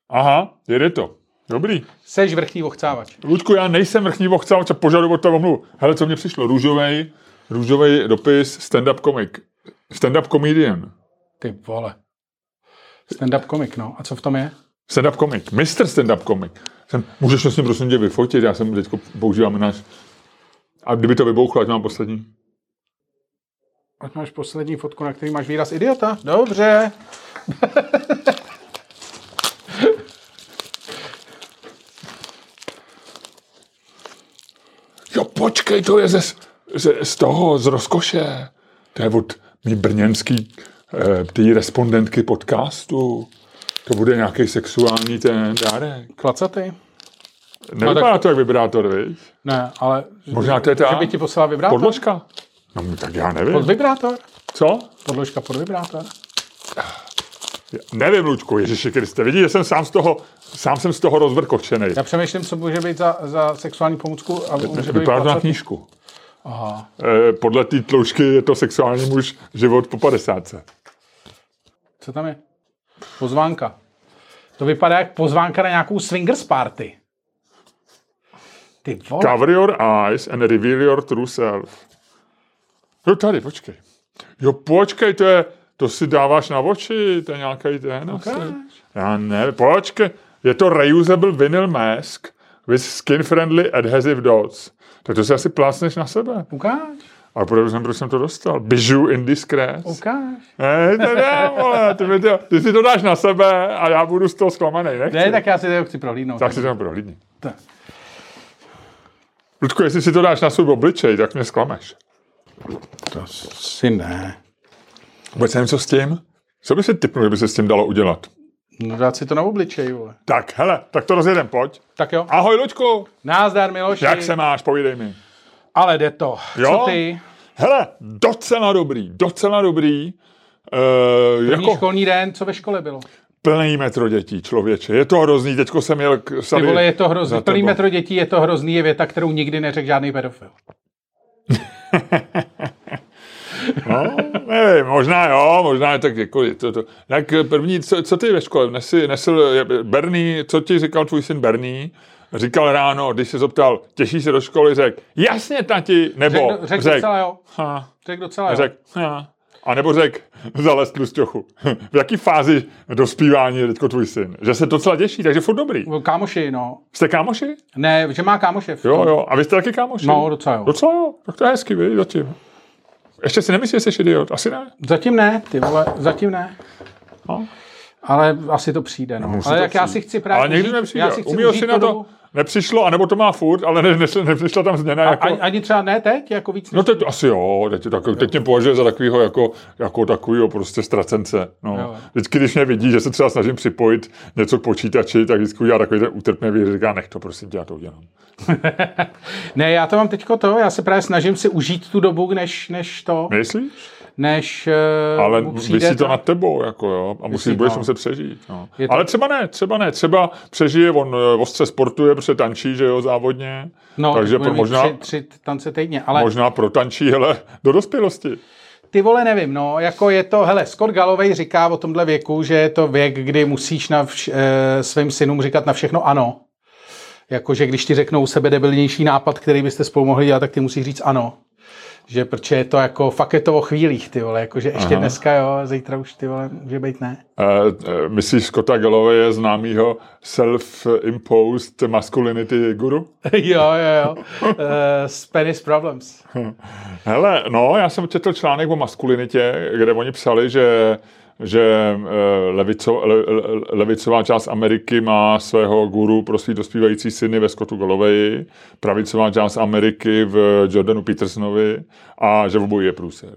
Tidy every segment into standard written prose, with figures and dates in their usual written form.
Aha, jede to. Dobrý. Seš vrchní ochcávač. Luďku, já nejsem vrchní ochcávač a požaduji od toho omluvu. Hele, co mě přišlo? Růžovej dopis, stand-up komik. Stand-up comedian. Ty vole. Stand-up komik, no. A co v tom je? Stand-up komik. Mr. stand-up komik. Můžeš to s ním prosím tě vyfotit? Já jsem teďko používám náš... A kdyby to vybouchlo, ať mám poslední. Ať máš poslední fotku, na který máš výraz idiota? Dobře. Jo, počkej, to je z toho, z rozkoše. To je od mý brněnský ty respondentky podcastu. To bude nějaký sexuální ten dárek. Klacatý? Nevypadá to jak vibrátor, víš? Ne, ale... Možná to je ta... Že by ti poslala vibrátor? Podložka? No, tak já nevím. Pod vibrátor? Co? Podložka pod vibrátor? Nevím, Luďku, Ježiši Kriste. Vidíš, že jsem sám jsem z toho rozvrkočenej. Já přemýšlím, co může být za sexuální pomůcku. A může vypadá to na knížku. Aha. Podle té tloušťky je to sexuální muž život po 50. Co tam je? Pozvánka. To vypadá jak pozvánka na nějakou swingers party. Ty vole. Cover your eyes and reveal your true self. Jo, tady, počkej. Jo, počkej, to si dáváš na oči, to je nějaký ten. Já ne, počkej. Je to reusable vinyl mask with skin-friendly adhesive dots. Tak to si asi plácneš na sebe. Ukáž. Ale proč jsem to dostal? Bijou indiscret. Ukáž. Ne, vole, ty si to dáš na sebe a já budu z toho zklamanej, nechci. Ne, tak já si to chci prohlídnout. Tak si to prohlídni. Ludku, jestli si to dáš na svůj obličej, tak mě zklameš. To si ne. Vůbec nevím, co s tím? Co by si tipnul, kdyby se s tím dalo udělat? No dát si to na obličej, vole. Tak, hele, tak to rozjedem, pojď. Tak jo. Ahoj, Luďku. Názdar, Miloši. Jak se máš, povídej mi. Ale jde to. Jo? Co ty? Hele, docela dobrý. První školní den, co ve škole bylo? Plný metro dětí, člověče. Je to hrozný, teďko jsem jel... Ty vole, je to hrozný. Plný metro dětí, je to hrozný, je věta, kterou nikdy neřekl žádný pedofil. No, nevím, možná je tak jako to. Tak první, co ty ve škole? Nesl Bernie, co ti říkal tvůj syn Bernie? Říkal ráno, když se zeptal, těší se do školy, řekl, jasně, tati, nebo řekl docela jo. Řekl docela jo. A nebo řekl, zalez tlusťochu. V jaký fázi dospívání je teďko tvůj syn? Že se docela těší, takže furt dobrý. Kámoši, no. Jste kámoši? Ne, že má kámoše. Jo. A vy jste taky kámoši? No, docela jo. Docela jo, tak to je hezky, víš, zatím. Ještě si nemyslíš, že jsi idiot? Asi ne? Zatím ne, ty vole, zatím ne. No. Ale asi to přijde, no. Ale jak já si chci právě... Ale někdy nepřijde. Umíl si na to... Nepřišlo, anebo to má furt, ale nepřišla tam změna. Jako... Ani třeba ne teď, jako víc? No teď asi jo, teď mě považuje za takovýho jako takovýho prostě ztracence. No. Jo. Vždycky, když mě vidí, že se třeba snažím připojit něco k počítači, tak vždycky udělá takový ten útrpněvý, říká, nech to, prosím tě, já to udělám. Ne, já to mám teďko já se právě snažím si užít tu dobu, než to... Myslíš? Ale visí to nad tebou, jako jo, a budeš muset přežít. No. Ale třeba ne, třeba přežije, on ostře sportuje, protože tančí, že jo, závodně. No, takže možná tři tance týdně, ale... Možná protančí, hele, do dospělosti. Ty vole, nevím, no, jako je to, hele, Scott Galloway říká o tomhle věku, že je to věk, kdy musíš svým synům říkat na všechno ano. Jakože když ti řeknou sebedebilnější nápad, který byste spolu mohli dělat, tak ty musíš říct ano. Že protože je to jako, fakt je to o chvílích, ty vole, jakože ještě dneska, jo, zítra už, ty vole, může být ne. Myslíš, Scotta Galloway je známýho self-imposed masculinity guru? jo. Spanish Problems. Hele, no, já jsem četl článek o maskulinitě, kde oni psali, že levicová část Ameriky má svého guru pro svý dospívající syny ve Scottu Gallowayi, pravicová část Ameriky v Jordanu Petersonovi a že v obojí je průser.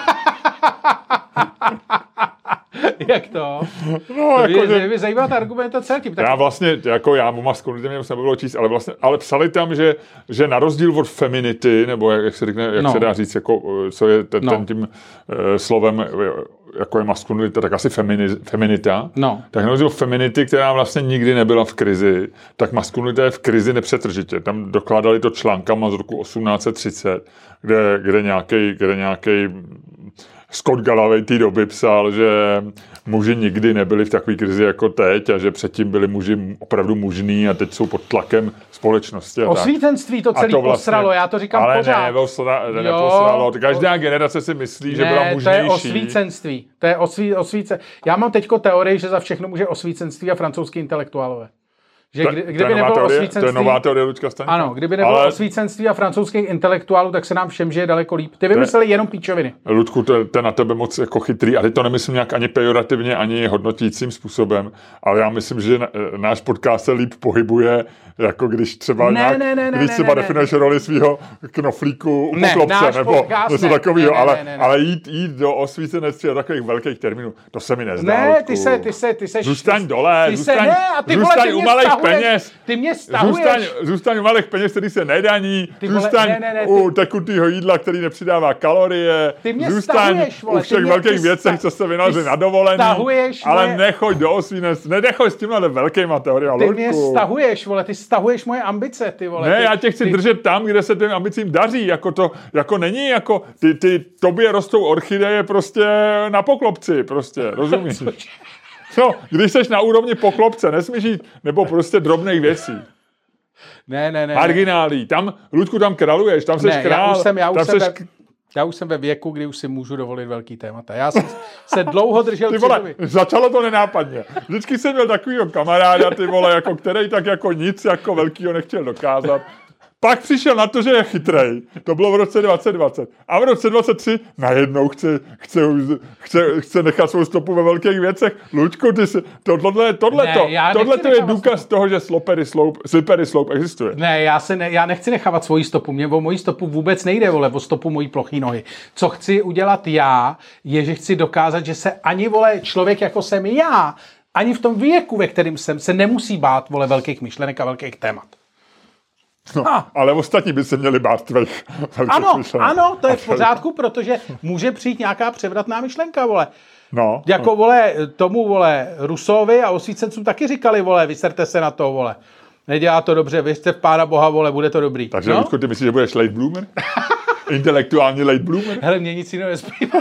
Jak to? No, to mě zajímá ta argumentace. Tak... Já vlastně, jako já o maskulinitě mě se nebylo číst, ale psali tam, že na rozdíl od feminity, nebo jak se řekne, se dá říct, jako, co je tím slovem, jako je maskulinita, tak asi feminita. No. Tak na rozdíl od feminity, která vlastně nikdy nebyla v krizi, tak maskulinita je v krizi nepřetržitě. Tam dokládali to článkama z roku 1830, kde nějaký Scott Galloway té doby psal, že muži nikdy nebyli v takové krizi jako teď a že předtím byli muži opravdu mužní a teď jsou pod tlakem společnosti. Osvícenství to celý vlastně posralo, já to říkám ale pořád. Ale neposralo. Každá generace si myslí, že byla mužnější. To je osvícenství. To je Já mám teďko teorii, že za všechno může osvícenství a francouzský intelektuálové. Že kdyby nebylo osvícenství... To je nová teorie Luďka Staňka. Ano, kdyby nebylo osvícenství a francouzských intelektuálů, tak se nám všem žije daleko líp. Ty vymysleli jenom píčoviny. Ludku, to je na tebe moc jako chytrý, a teď to nemyslím nějak ani pejorativně, ani hodnotícím způsobem, ale já myslím, že náš podcast se líp pohybuje, jako když třeba definuješ roli svého knoflíku u poklopce, nebo něco takového, ale jít do osvícenectví a takových velkých termínů, to se mi nezdá. Ne, ty se zůstaň dole, zůstaň u malých peněz. Ty mě stahuješ. Zůstaň u malých peněz, který se nedaní, zůstaň u tekutýho jídla, který nepřidává kalorie, zůstaň u všech velkých věcech, co se vynaloží na dovolený, ale nechoď do osvícenectví, nechoď s tímhle velkýma teoriema. Ty mě stahuješ, vole, ty stahuješ moje ambice, ty vole. Ne, já tě chci držet tam, kde se těm ambicím daří, jako není, jako tobě rostou orchideje prostě na poklopci, prostě, rozumíš? No, když seš na úrovni poklopce, nesmíš jít, nebo prostě drobných věcí. Ne. Marginálí, Ludku, tam králuješ, tam seš král. Já už jsem ve věku, kdy už si můžu dovolit velký témata. Já jsem se dlouho držel ty vole, začalo to nenápadně. Vždycky jsem měl takovýho kamaráda, ty vole, jako který tak jako nic jako velkýho nechtěl dokázat. Pak přišel na to, že je chytrej. To bylo v roce 2020. A v roce 2023 najednou chce nechat svou stopu ve velkých věcech. Luďku, tohle to je důkaz toho, že slippery slope existuje. Ne, já nechci nechávat svoji stopu. Mně o moji stopu vůbec nejde, vole, o stopu mojí plochý nohy. Co chci udělat já, je, že chci dokázat, že se ani, vole, člověk jako jsem já, ani v tom věku, ve kterém jsem, se nemusí bát, vole, velkých myšlenek a velkých témat. No, ale ostatní by se měli bát tvých velkých myšlenek. Ano, to je v pořádku, protože může přijít nějaká převratná myšlenka, vole. No. Jako, vole, tomu, vole, Rusovi a osvícencům taky říkali, vole, vyserte se na to, vole. Nedělá to dobře, věřte v Pána Boha, vole, bude to dobrý. Takže, no? Ludku, ty myslíš, že budeš late bloomer? Intelektuální late bloomer? Hele, mě nic jiného nezbývá.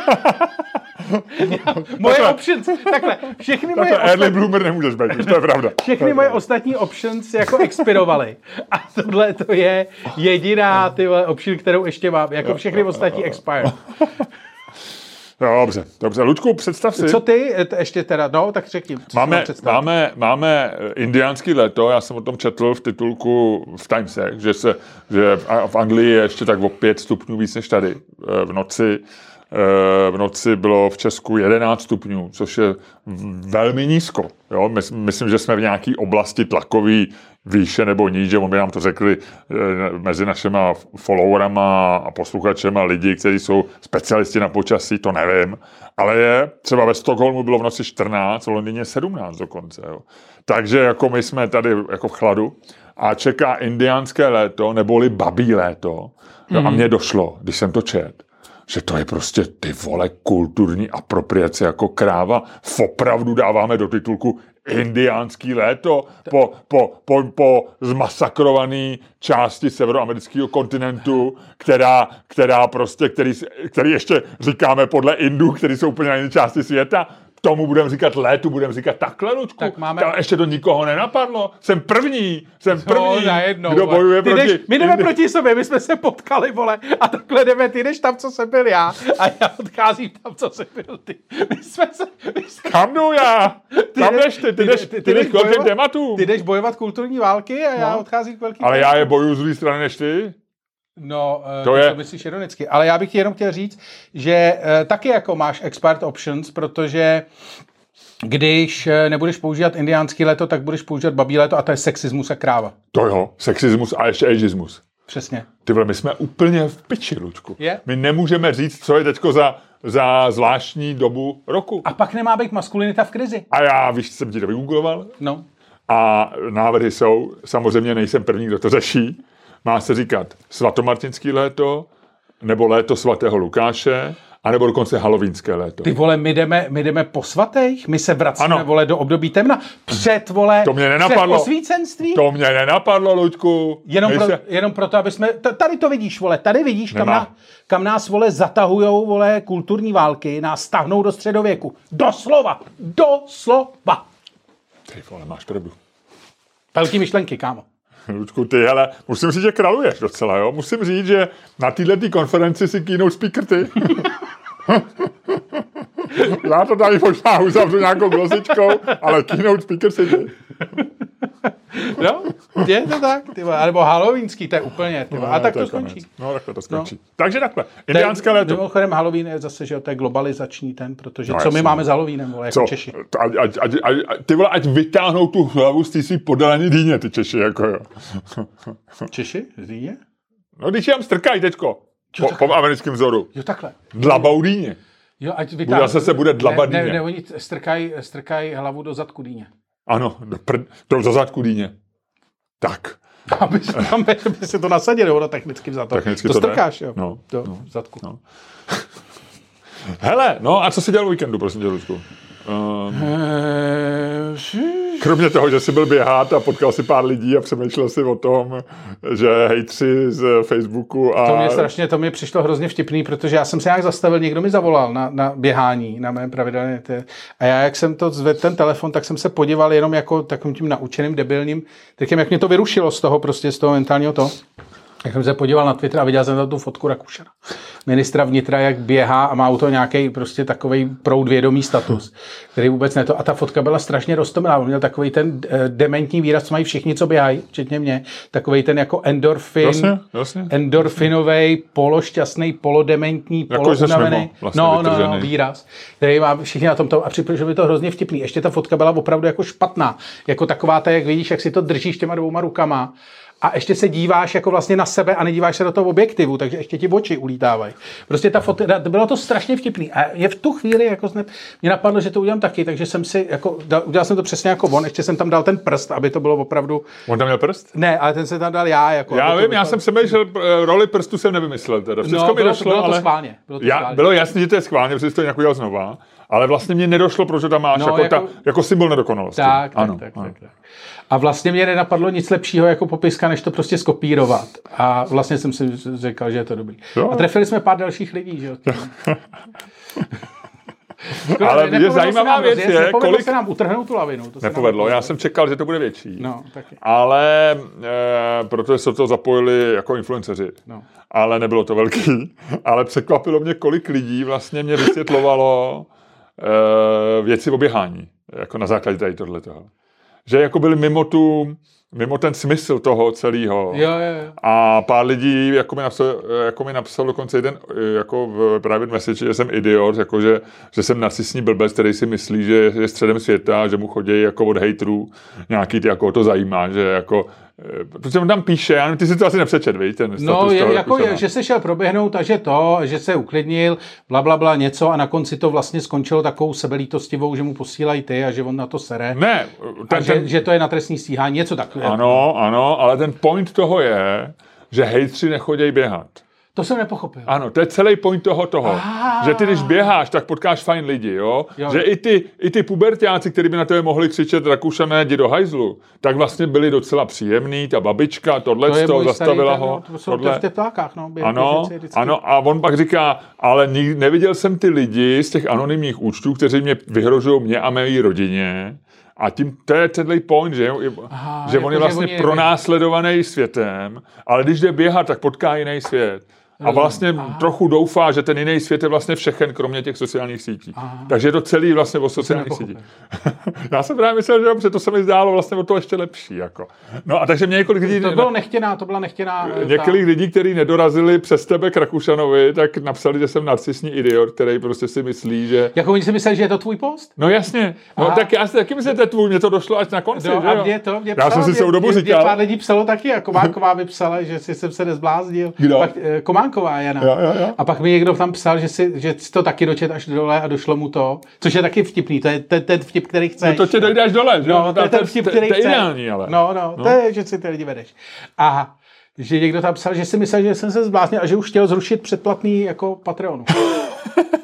Moje options, takhle, všechny moje early bloomer nemůžeš být, to je pravda. Všechny moje ostatní options jako expirovaly. A tohle to je jediná, ty vole, option, kterou ještě mám. Jako všechny ostatní expire. Dobře. Ludku, představ si. Co ty ještě teda, no, tak řekni. Máme indiánský léto, já jsem o tom četl v titulku v Timesech, že v Anglii je ještě tak o 5 stupňů víc než tady v noci bylo v Česku 11 stupňů, což je velmi nízko. Jo? Myslím, že jsme v nějaké oblasti tlakový výše nebo níž, že on by nám to řekli mezi našima followerama a posluchačema lidi, kteří jsou specialisti na počasí, to nevím. Ale třeba ve Stockholmu bylo v noci 14, v Londýně 17 dokonce. Jo? Takže jako my jsme tady jako v chladu a čeká indiánské léto, neboli babí léto. A mně došlo, když jsem to čet, že to je prostě, ty vole, kulturní apropriace jako kráva. Opravdu dáváme do titulku indiánský léto po zmasakrovaný části severoamerického kontinentu, který ještě říkáme podle Indů, který jsou úplně na jiné části světa. Tomu budeme říkat létu, budeme říkat takhle, Ludku. Tak ještě to nikoho nenapadlo. Jsem první, kdo bojuje proti... My jdeme proti sobě, my jsme se potkali, vole, a takhle jdeme, ty jdeš tam, co jsem byl já, a já odcházím tam, co jsem byl ty. Kam jdu já? Kam jdeš ty? Ty jdeš k velkým tématům. Ty jdeš bojovat kulturní války a já odcházím k velkým ale já je bojuju z druhé strany než ty. No, to myslíš ironicky. Ale já bych ti jenom chtěl říct, že taky jako máš expert options, protože když nebudeš používat indiánský léto, tak budeš používat babí léto a to je sexismus a kráva. To jo, sexismus a ještě ageismus. Přesně. Ty vole, my jsme úplně v piči, Luďku. Je? My nemůžeme říct, co je teďko za zvláštní dobu roku. A pak nemá být maskulinita v krizi. A já, víš, jsem ti to vygoogloval. No. A návrhy jsou, samozřejmě nejsem první, kdo to řeší. Má se říkat svatomartinský léto, nebo léto svatého Lukáše, anebo dokonce halloweenské léto. Ty vole, my jdeme po svatých, my se vracíme, Ano. vole, do období temna, před, vole, To mě před nenapadlo. osvícenství. To mě nenapadlo, Luďku. Jenom proto, aby jsme, tady to vidíš, vole, tady vidíš, Nemá. kam nás, vole, zatahujou, vole, kulturní války, nás tahnou do středověku. Doslova. Ty vole, máš pravdu. Velký myšlenky, kámo. Luďku, ty, hele, musím říct, že kraluješ docela, jo? Musím říct, že na této konferenci si keynote speaker ty. Já to tady možná uzavřu nějakou glozičkou, ale keynote speaker si ty. No, je to tak, ty vole, nebo halloweenský, to je úplně, ty vole, a tak to skončí. No, takhle to skončí. Takže takhle, indiánské léto. Mimochodem Halloween je zase, že jo, to je globalizační ten, protože No, co my jasně. máme za Halloweenem, vole, jako Co? Češi. Ty vole, ať vytáhnou tu hlavu z té svý podalený dýně, ty Češi, jako jo. Češi? Zvíně? No, když jam strkají teďko, po americkém vzoru. Jo, takhle. Dlabou dýně. Jo, ať vytáhnou. Zase se bude dlabat dýně. Ne, oni strkají hlavu do zadku dýně. Ano, do zadku dýně. Tak. Aby se to nasadili, ono technicky vzato. Technicky to to strkáš, jde. jo. No, Do no, zadku. no. Hele, no a co jsi dělal o víkendu, prosím tě, Luďku? Kromě toho, že jsi byl běhat a potkal si pár lidí a přemýšlel si o tom, že hejtři z Facebooku a... To mě přišlo hrozně vtipný, protože já jsem se nějak zastavil, někdo mi zavolal na běhání, na mém pravidelné. A já, jak jsem to zvedl ten telefon, tak jsem se podíval jenom jako takovým tím naučeným, debilním, takem, jak mě to vyrušilo z toho mentálního toho. Jak jsem se podíval na Twitter a viděl jsem tam tu fotku Rakušana. Ministra vnitra, jak běhá a má u toho nějaký prostě takovej proud vědomý status, který vůbec ne to. A ta fotka byla strašně roztomilá. On měl takový ten dementní výraz, co mají všichni, co běhají, včetně mě. Takový ten jako Jasně. endorfinovej, pološťastný, polodementní, jako polounavený vlastně výraz, který má všichni na tomto. A připadlo mi to hrozně vtipný. Ještě ta fotka byla opravdu jako špatná. Jako taková ta, jak vidíš, jak si to držíš těma dvouma rukama. A ještě se díváš jako vlastně na sebe a nedíváš se do toho objektivu, takže ještě ti oči ulítávají. Prostě ta fotka, bylo to strašně vtipný. A je v tu chvíli, jako mě napadlo, že to udělám taky, takže jsem si, jako, udělal jsem to přesně jako on, ještě jsem tam dal ten prst, aby to bylo opravdu... On tam měl prst? Ne, ale ten se tam dal já. Jako, já vím, já jsem přemýšlel, roli prstu jsem nevymyslel. Teda. No, mi došlo, bylo to ale... schválně. Bylo jasné, že to je schválně, protože jsi to nějak udělal znova, ale vlastně mě nedošlo, protože tam máš jako symbol nedokonalosti. Tak. A vlastně mě nenapadlo nic lepšího jako popiska, než to prostě skopírovat. A vlastně jsem si říkal, že je to dobrý. Jo. A trefili jsme pár dalších lidí, že jo. Ale je zajímavá věc je, kolik se nám utrhnout tu lavinu. Nepovedlo, já jsem čekal, že to bude větší. No, taky. Ale protože se to zapojili jako influenceři. No. Ale nebylo to velký. Ale překvapilo mě, kolik lidí vlastně mě vysvětlovalo věci o běhání. Jako na základě tady tohletoho. Že jako byli mimo ten smysl toho celého. Jo. A pár lidí jako mi napsal dokonce jeden jako v private message, že jsem idiot, jako že jsem narcisní blbec, který si myslí, že je středem světa, že mu chodí jako od hejtrů nějaký ty, jako to zajímá, že jako protože on tam píše, já nevím, ty si to asi nepřečet, víš, ten status toho že se šel proběhnout a že se uklidnil, blablabla něco a na konci to vlastně skončilo takovou sebelítostivou, že mu posílají ty a že on na to sere. Ne. Že to je na trestní stíhání, něco takového. Ano, ale ten point toho je, že hejtři nechodí běhat. To jsem nepochopil. Ano, to je celý point toho. Že ty, když běháš, tak potkáš fajn lidi, jo? Že i ty puberťáci, kteří by na tebe mohli křičet Rakušané, jdi do hajzlu, tak vlastně byli docela příjemný, ta babička, tohleto, zastavila ho. To jsou v teplákách, no. Ano, a on pak říká, ale neviděl jsem ty lidi z těch anonymních účtů, kteří mě vyhrožují mě a mé rodině. A tím, to je celý point, že on je vlastně pronásledovaný světem, ale když jde běhat, tak potká jiný svět. A vlastně trochu doufá, že ten jiný svět je vlastně všechen, kromě těch sociálních sítí. Takže je to celý vlastně o sociálních sítích. Já jsem právě myslel, že to se mi zdálo vlastně o to ještě lepší. Jako. No a takže mě několik lidí... To byla nechtěná... Několik lidí, kteří nedorazili přes tebe k Rakušanovi, tak napsali, že jsem narcisní idiot, který prostě si myslí, že... Jako oni si mysleli, že je to tvůj post? No jasně. No, tak já si taky myslím, že to je tvůj, mě to došlo až na konci. Já jsem si celou dobu říkal. Mě pár lidí psalo taky, jako Komáková mi psala, že jsem se nezbláznil. Kománková Jana. Jo. A pak mi někdo tam psal, že si to taky dočet až dole a došlo mu to, což je taky vtipný, to je ten vtip, který chceš. No to tě dojde až dole, že? No, to je ten vtip, který chceš. To je ideální, ale. No, to je, že si ty lidi vedeš. A že někdo tam psal, že si myslel, že jsem se zbláznil a že už chtěl zrušit předplatný jako Patreonu.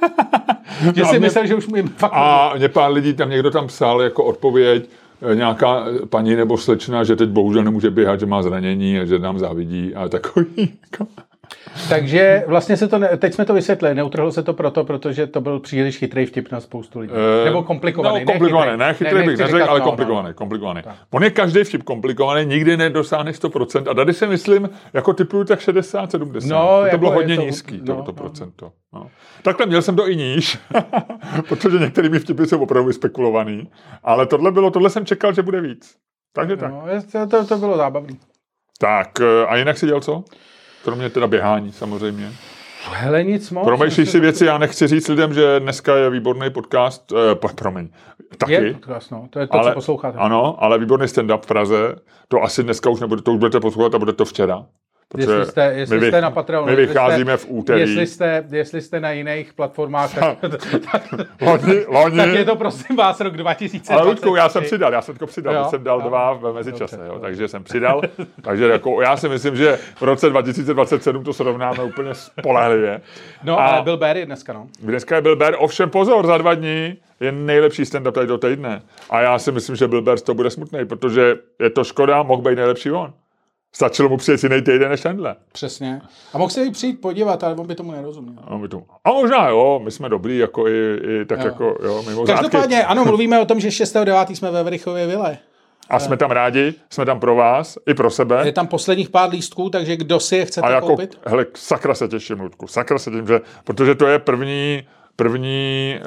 Že si myslel, že už mi fakt... A mě pár lidí tam, někdo tam psal jako odpověď, nějaká paní nebo slečna, že teď bohužel nemůže běhat, že má zranění a že nám závidí a takový. Takže vlastně teď jsme to vysvětlili, neutrhlo se to protože to byl příliš chytrý vtip na spoustu lidí. Nebo komplikovaný. No, komplikovaný, ne chytrý bych neřekl, ale komplikovaný. On je každý vtip komplikovaný, nikdy nedosáhne 100% a tady si myslím, jako typuju tak 60-70. No, to bylo hodně nízký, to procento. No. Takhle měl jsem to i níž, protože některými vtipy jsou opravdu spekulovaný, ale tohle jsem čekal, že bude víc. Takže tak. No, to bylo zábavný. Tak, a jinak si dělal co? Kromě teda běhání, samozřejmě. Hele, nic moc. Promýšlíš si věci, já nechci říct lidem, že dneska je výborný podcast, taky. Je podcast, no, to je to, co posloucháte. Ano, ale výborný stand-up v Praze, to asi dneska už nebude, to už budete poslouchat a bude to včera. Jestli jste na Patreonu, my vycházíme v úterý. Jestli jste na jiných platformách, loni. Tak je to prosím vás rok 2020. Ale Ludku, já jsem přidal, jsem dal 2 v mezičase, takže jsem přidal. Takže jako, já si myslím, že v roce 2027 to srovnáme úplně spolehlivě. No, ale Bill Burr je dneska, no. Dneska je Bill Burr, ovšem pozor, za 2 dní je nejlepší stand-up tady do týdne. A já si myslím, že Bill Burr to bude smutný, protože je to škoda, mohl být nejlepší on. Stačilo mu přijet jiný týden než tenhle. Přesně. A mohl se jí přijít podívat, ale on by tomu nerozuměl. A možná jo, my jsme dobrý, jako i tak jo. Jako jo, mimo každopádně, ano, mluvíme o tom, že 6.9. jsme ve Verichově vile. A jsme tam rádi, jsme tam pro vás, i pro sebe. Je tam posledních pár lístků, takže kdo si je chcete jako, koupit? Hele, sakra se těším, Ludku, že, protože to je první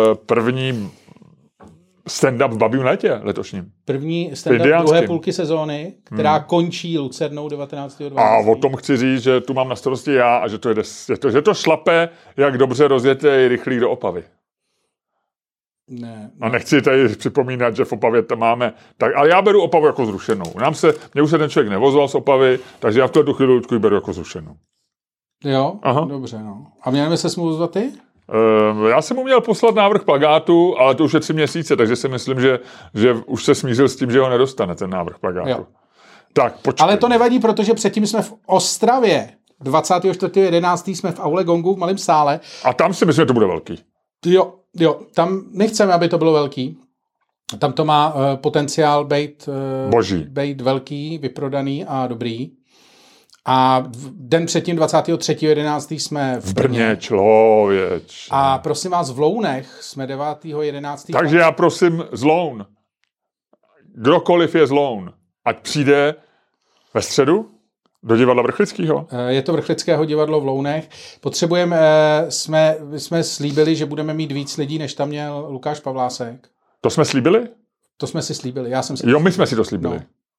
stand-up v Babím létě letošním. První stand-up druhé půlky sezóny, která končí Lucernou 19.12. A o tom chci říct, že tu mám na starosti já a že to šlape, jak dobře rozjetý rychlík do Opavy. Ne. A nechci tady připomínat, že v Opavě tam máme... Tak, ale já beru Opavu jako zrušenou. Mě už se ten člověk nevozval z Opavy, takže já v tu chvíli ji beru jako zrušenou. Jo? Aha. Dobře, no. A měli se mu ozvat ty? Já jsem mu měl poslat návrh plakátu, ale to už je 3 měsíce, takže si myslím, že už se smířil s tím, že ho nedostane, ten návrh plakátu. Jo. Tak, počkej. Ale to nevadí, protože předtím jsme v Ostravě. 24.11. jsme v Aule Gongu v malém sále. A tam si myslím, že to bude velký. Jo, tam nechceme, aby to bylo velký. Tam to má potenciál být velký, vyprodaný a dobrý. A den předtím 23.11. jsme v Brně. Člověč. A prosím vás, v Lounech jsme 9.11. Takže já prosím z Loun. Kdokoliv je z Loun, ať přijde ve středu do divadla Vrchlického. Je to Vrchlického divadlo v Lounech. Potřebujeme, jsme slíbili, že budeme mít víc lidí, než tam měl Lukáš Pavlásek. To jsme slíbili? To jsme si slíbili. My jsme si to slíbili. No.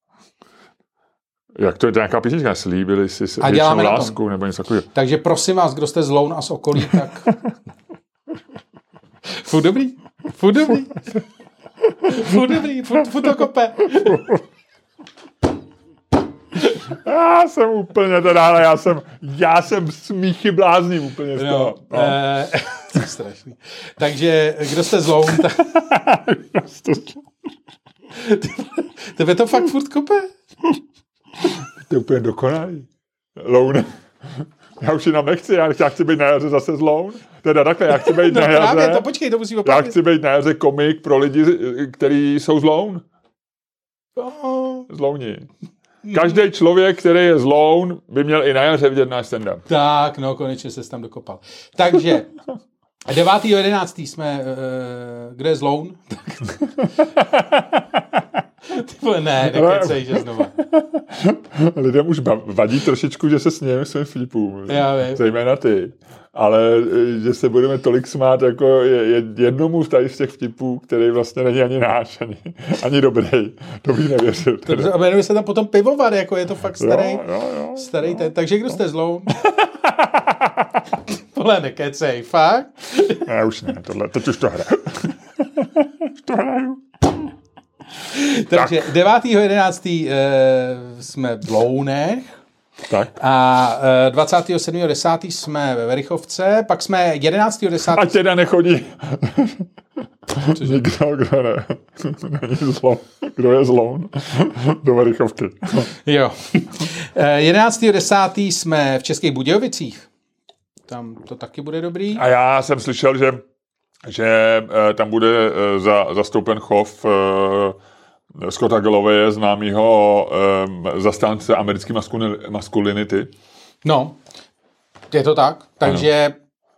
Jak to je nějaká písnička? Slíbili si věčnou lásku nebo něco takového. Takže prosím vás, kdo jste z Loun a z okolí, tak... Furt dobrý. Furt to kope. Já jsem úplně já jsem smíchy blázný úplně z toho. No. To je strašný. Takže kdo jste z Loun, tak... Tebe to fakt furt kope? To je úplně dokonalý. Loun. Já už jinam nechci, já chci být na jaře zase z Loun. Teda takhle, já chci být na jaře. Právě, to počkej, to musím opravit. Já chci být na jaře komik pro lidi, kteří jsou z Loun. Z Louni. Každý člověk, který je z Loun, by měl i na jaře vidět náš stand-up. Tak, no, konečně se tam dokopal. Takže 9.11. jsme, kde je z Loun? Nekecej, že znova. Lidem už vadí trošičku, že se smějeme svým vtipům. Já vím. Zejména ty. Ale že se budeme tolik smát jako jednomu tady z těch vtipů, který vlastně není ani náš, ani dobrý. To bych nevěřil. A jmenuje se tam potom pivovar, jako je to fakt starý ten. Takže kdo jste z Loun? Tohle nekecej, fakt? Ne, už ne, teď už to hraju. Takže 9.11. Jsme v Lounech. Tak. A 27.10. jsme ve Verichovce, pak jsme 11.10. A teda nechodí. Nikdo, kdo ne. Není zlom. Kdo je zlom? Do Verichovky. Jo. 11.10. jsme v Českých Budějovicích. Tam to taky bude dobrý. A já jsem slyšel, že že tam bude zastoupen chov Scotta Gallowaye, známýho zastánce americké maskulinity. No, je to tak. Takže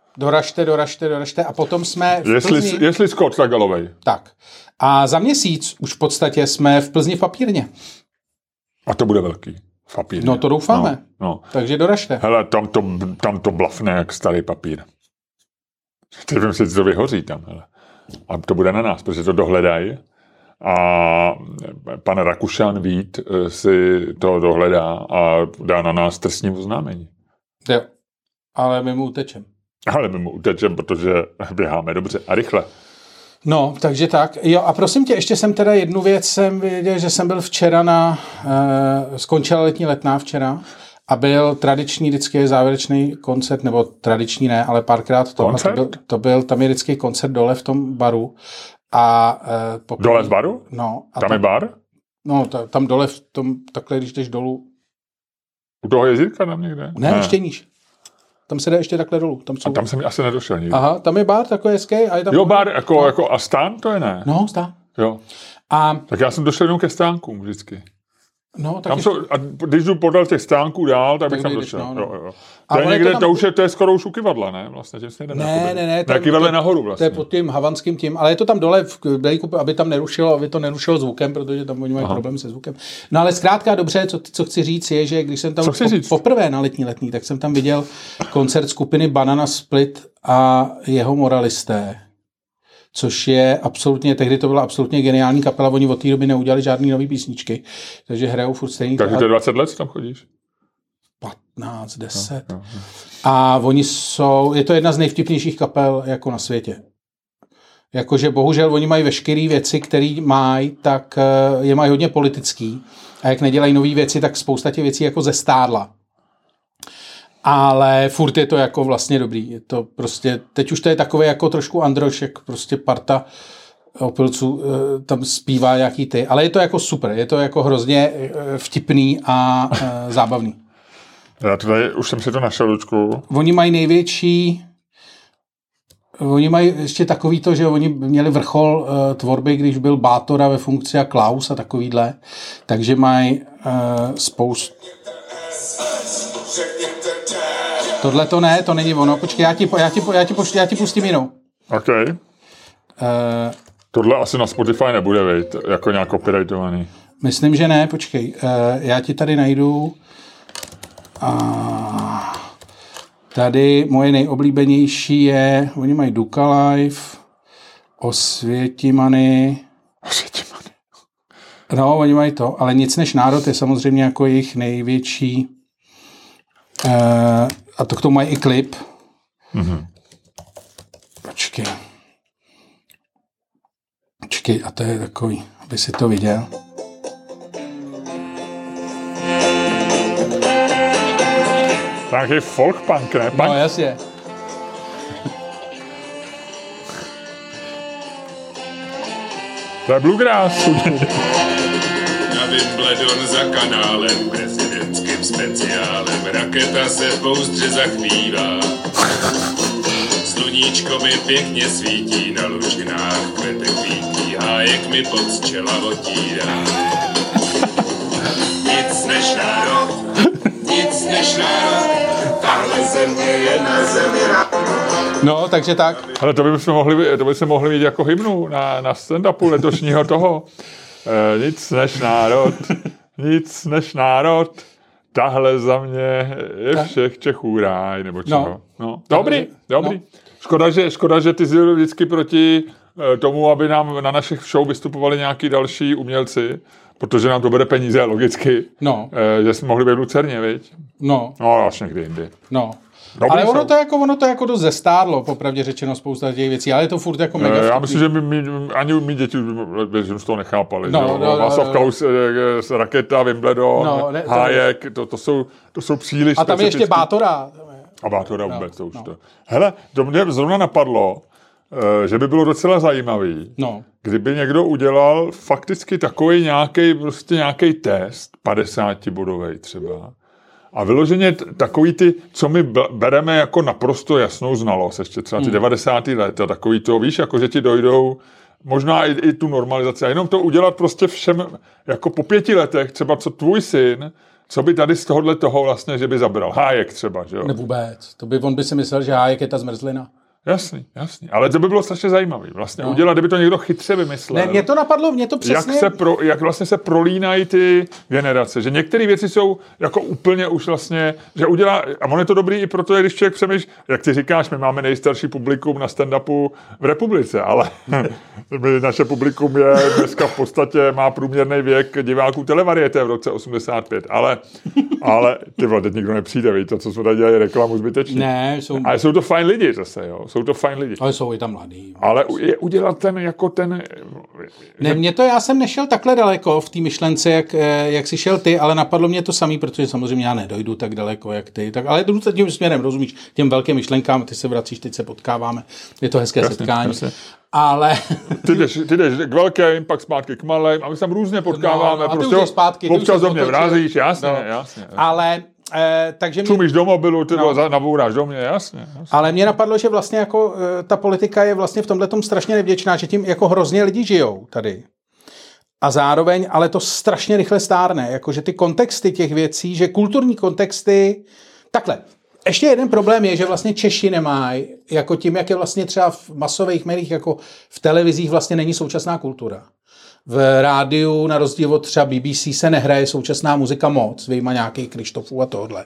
doražte a potom jsme v Plzni. Jestli Scott, tak Galloway. Tak. A za měsíc už v podstatě jsme v Plzni v papírně. A to bude velký. Papír. No to doufáme. No. Takže doražte. Hele, tam to blafne jak starý papír. Teď vím si, co to vyhoří tam. Hele. A to bude na nás, protože to dohledají. A pan Rakušan Vít si to dohledá a dá na nás trestní oznámení. Jo, ale my mu utečem. Protože běháme dobře a rychle. No, takže tak. Jo, a prosím tě, ještě jsem teda jednu věc jsem věděl, že jsem byl včera skončila letní letná včera a byl tradiční vždycky závěrečný koncert, nebo tradiční ne, ale párkrát to byl tam je vždycky koncert dole v tom baru. A dole v baru? No. A tam je bar? No, tam dole v tom, takhle, když jdeš dolů. U toho jezírka tam někde? Ne, ještě níž. Tam se jde ještě takhle dolů. A tam jsem asi nedošel nikdy. Aha, tam je bar takový hezký. Jo, bar jako a stán to je ne? No, stán. Jo. Tak já jsem došel jenom ke stánkům vždycky. No, tak a když jdu podél těch stánků dál, tak bych tam došel. No. Jo. To je někde, to je skoro už u Kyvadla, ne? Vlastně, že ne. Na Kyvadle nahoru vlastně. To je pod tím havanským tím, ale je to tam dole v Bejku, aby to nerušilo zvukem, protože tam oni mají problém se zvukem. No ale zkrátka dobře, co chci říct je, že když jsem tam poprvé na letní, tak jsem tam viděl koncert skupiny Banana Split a jeho Moralisté. Což je absolutně, tehdy to byla absolutně geniální kapela, oni od té doby neudělali žádný nový písničky, takže hrajou furt stejný. Takže to je 20 let, tam chodíš? 15, 10. No. A oni je to jedna z nejvtipnějších kapel jako na světě. Jakože bohužel oni mají veškeré věci, které mají, tak je mají hodně politický. A jak nedělají nové věci, tak spousta těch věcí jako zestárla. Ale furt je to jako vlastně dobrý. Je to prostě, teď už to je takové jako trošku androš, jak prostě parta opilců tam zpívá nějaký ty. Ale je to jako super, je to jako hrozně vtipný a zábavný. Já tady už jsem si to našel, Lučku. Oni mají ještě takový to, že oni měli vrchol tvorby, když byl Bátora ve funkci a Klaus a takovýhle. Takže mají spoustu. Tohle to ne, to není ono. Počkej, já ti pustím jinou. OK. Tohle asi na Spotify nebude, vejt, jako nějak copyrightovaný. Myslím, že ne, počkej. Já ti tady najdu. Tady moje nejoblíbenější je, oni mají Duka Live, Osvětimany. No, oni mají to, ale Nic než národ je samozřejmě jako jejich největší. A to k tomu mají i klip. Mm-hmm. Počkej, a to je takový, aby si to viděl. Takový folk punk, ne? No, jasně. To je bluegrass. Na Wimbledon za kanálem, prezidentským speciálem, raketa se v pouzdře zachvívá. Sluníčko mi pěkně svítí, na lužinách kvetek kvítí, hájek mi pod čela otírá. Nic než národ, tahle země je na zemi. No, takže tak. Ale to by se mohli vidět jako hymnu na stand-upu letošního toho. Nic než národ, tahle za mě je všech Čechů ráj, nebo čeho. No. Dobrý. No. Škoda, že ty jsi vždycky proti tomu, aby nám na našich show vystupovali nějaký další umělci, protože nám to bere peníze, logicky. No. Že jsme mohli být v Lucerně, viď? No. No, až někdy jindy. No. Dobrý. Ale ono to jako dost zestárlo, popravdě řečeno, spousta těch věcí, ale je to furt jako mega vtipný. Já myslím, že ani my děti z toho nechápali. Václav Klaus, Raketa, Wimbledon, Hájek, to jsou příliš a tam je ještě Bátora. A Bátora vůbec, to už to. Hele, to mě zrovna napadlo, že by bylo docela zajímavý, kdyby někdo udělal fakticky takový nějaký test, 50-bodový třeba, A vyloženě takový ty, co my bereme jako naprosto jasnou znalost, ještě třeba ty 90. let, takový to, víš, jako že ti dojdou možná i tu normalizaci. A jenom to udělat prostě všem, jako po 5 letech, třeba co tvůj syn, co by tady z tohohle toho vlastně, že by zabral. Hájek třeba, že jo? Ne vůbec. On by si myslel, že Hájek je ta zmrzlina. Jasný. Ale to by bylo strašně zajímavý. Vlastně udělat, kdyby to někdo chytře vymyslel. Ne, mě to napadlo, mě to přesně... Jak vlastně se prolínají ty generace. Že některé věci jsou jako úplně už vlastně, že udělá, a on je to dobrý i proto, když člověk přemýšlí, jak ty říkáš, my máme nejstarší publikum na stand-upu v republice, ale naše publikum je dneska v podstatě, má průměrný věk diváků televariété v roce 85, ale ty vole, teď nikdo nepřijde, víš, to, co jsme tady dělali reklamu zbytečně. Ne, ale jsou to fajn lidi zase, jo. Jsou to fajn lidi. Ale jsou i tam mladí. Ale je udělat ten... Ne, já jsem nešel takhle daleko v té myšlence, jak jsi šel ty, ale napadlo mě to samý, protože samozřejmě já nedojdu tak daleko, jak ty. Ale jdu se tím směrem, rozumíš, těm velkým myšlenkám, ty se vracíš, teď se potkáváme. Je to hezké setkání. Jasně. Ale... Ty jdeš k velkým, pak zpátky k malým a my se tam různě potkáváme. No, prostě zpátky, občas do mě vrazíš, jasně. Ale... takže čumíš do mobilu, ty nabouráš do mě, jasně. Ale mě napadlo, že vlastně jako ta politika je vlastně v tomhletom strašně nevděčná, že tím jako hrozně lidi žijou tady. A zároveň, ale to strašně rychle stárne, jakože ty kontexty těch věcí, že kulturní kontexty, takhle. Ještě jeden problém je, že vlastně Češi nemají, jako tím, jak je vlastně třeba v masových médiích, jako v televizích vlastně není současná kultura. V rádiu, na rozdíl od třeba BBC, se nehraje současná muzika moc, vyjma nějakých Krištofů a tohle.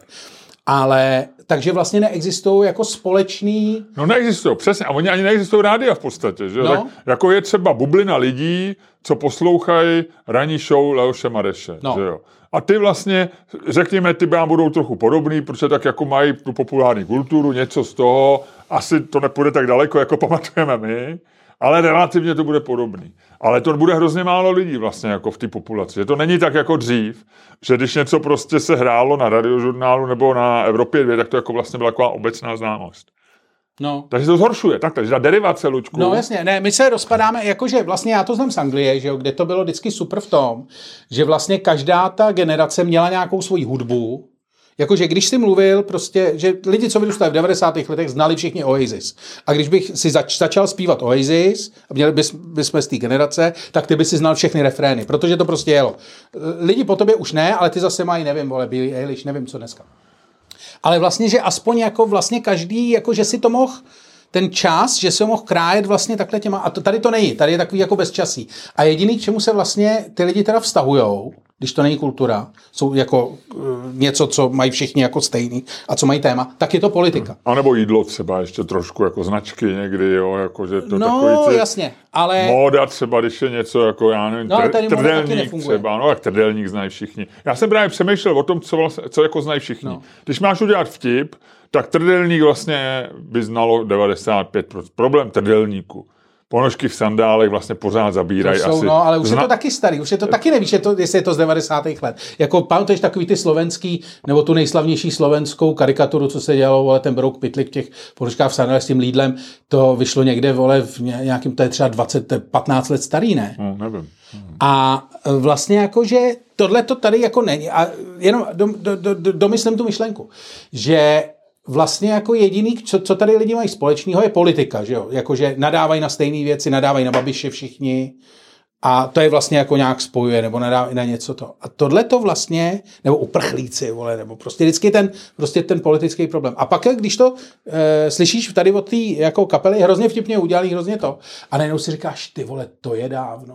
Ale, takže vlastně neexistují jako společný... No neexistují, přesně. A oni ani neexistují rádia v podstatě, že? No. Tak, jako je třeba bublina lidí, co poslouchají ranní show Leoše Mareše, že jo? A ty vlastně, řekněme, ty vám budou trochu podobný, protože tak jako mají tu populární kulturu, něco z toho, asi to nepůjde tak daleko, jako pamatujeme my, ale relativně to bude podobný. Ale to bude hrozně málo lidí vlastně jako v té populaci. Že to není tak jako dřív, že když něco prostě se hrálo na radiožurnálu nebo na Evropě 2, tak to jako vlastně byla taková obecná známost. No. Takže to zhoršuje, tak, takže ta derivace, Luďku. No jasně, ne, my se rozpadáme, jakože vlastně já to znám z Anglie, že jo, kde to bylo vždycky super v tom, že vlastně každá ta generace měla nějakou svoji hudbu. Jakože když jsi mluvil prostě, že lidi, co vyrůstali v 90. letech, znali všichni Oasis. A když bych si začal zpívat Oasis, a měli bychom z té generace, tak ty by si znal všechny refrény, protože to prostě jelo. Lidi po tobě už ne, ale ty zase mají, nevím, vole, Billie Eilish, nevím, co dneska. Ale vlastně, že aspoň jako vlastně každý, jako že si to mohl, ten čas, že se mohl krájet vlastně takhle těma, a tady to není, tady je takový jako bezčasí. A jediný, k čemu se vlastně ty lidi teda vztahujou, když to není kultura, jsou jako něco, co mají všichni jako stejný a co mají téma, tak je to politika. A nebo jídlo třeba ještě trošku jako značky někdy, jo, jako že to no, takový jasně, ale... Móda třeba, když je něco jako, já nevím, trdelník třeba, no, jak trdelník znají všichni. Já jsem právě přemýšlel o tom, co jako znají všichni. No. Když máš udělat vtip, tak trdelník vlastně by znalo 95%. Problém trdelníku. Ponožky v sandálech vlastně pořád zabírají asi. No, ale už je to taky starý, už je to taky nevíš, jestli je to z 90. let. Jako pamatuješ takový ty slovenský, nebo tu nejslavnější slovenskou karikaturu, co se dělalo, vole, ten Brouk Pytlik v těch ponožkách v sandálech s tím Lidlem, to vyšlo někde, vole, v nějakým, to je třeba 15 let starý, ne? No, nevím. A vlastně jako, že tohle to tady jako není. A jenom domyslím tu myšlenku, že vlastně jako jediný, co tady lidi mají společného, je politika, že jo? Jakože nadávají na stejné věci, nadávají na Babiše všichni a to je vlastně jako nějak spojuje, nebo nadávají na něco to. A tohle to vlastně, nebo uprchlíci, vole, nebo prostě vždycky ten politický problém. A pak, když to slyšíš tady od té jako kapely, hrozně vtipně udělali, hrozně to, a najednou si říkáš, ty vole, to je dávno.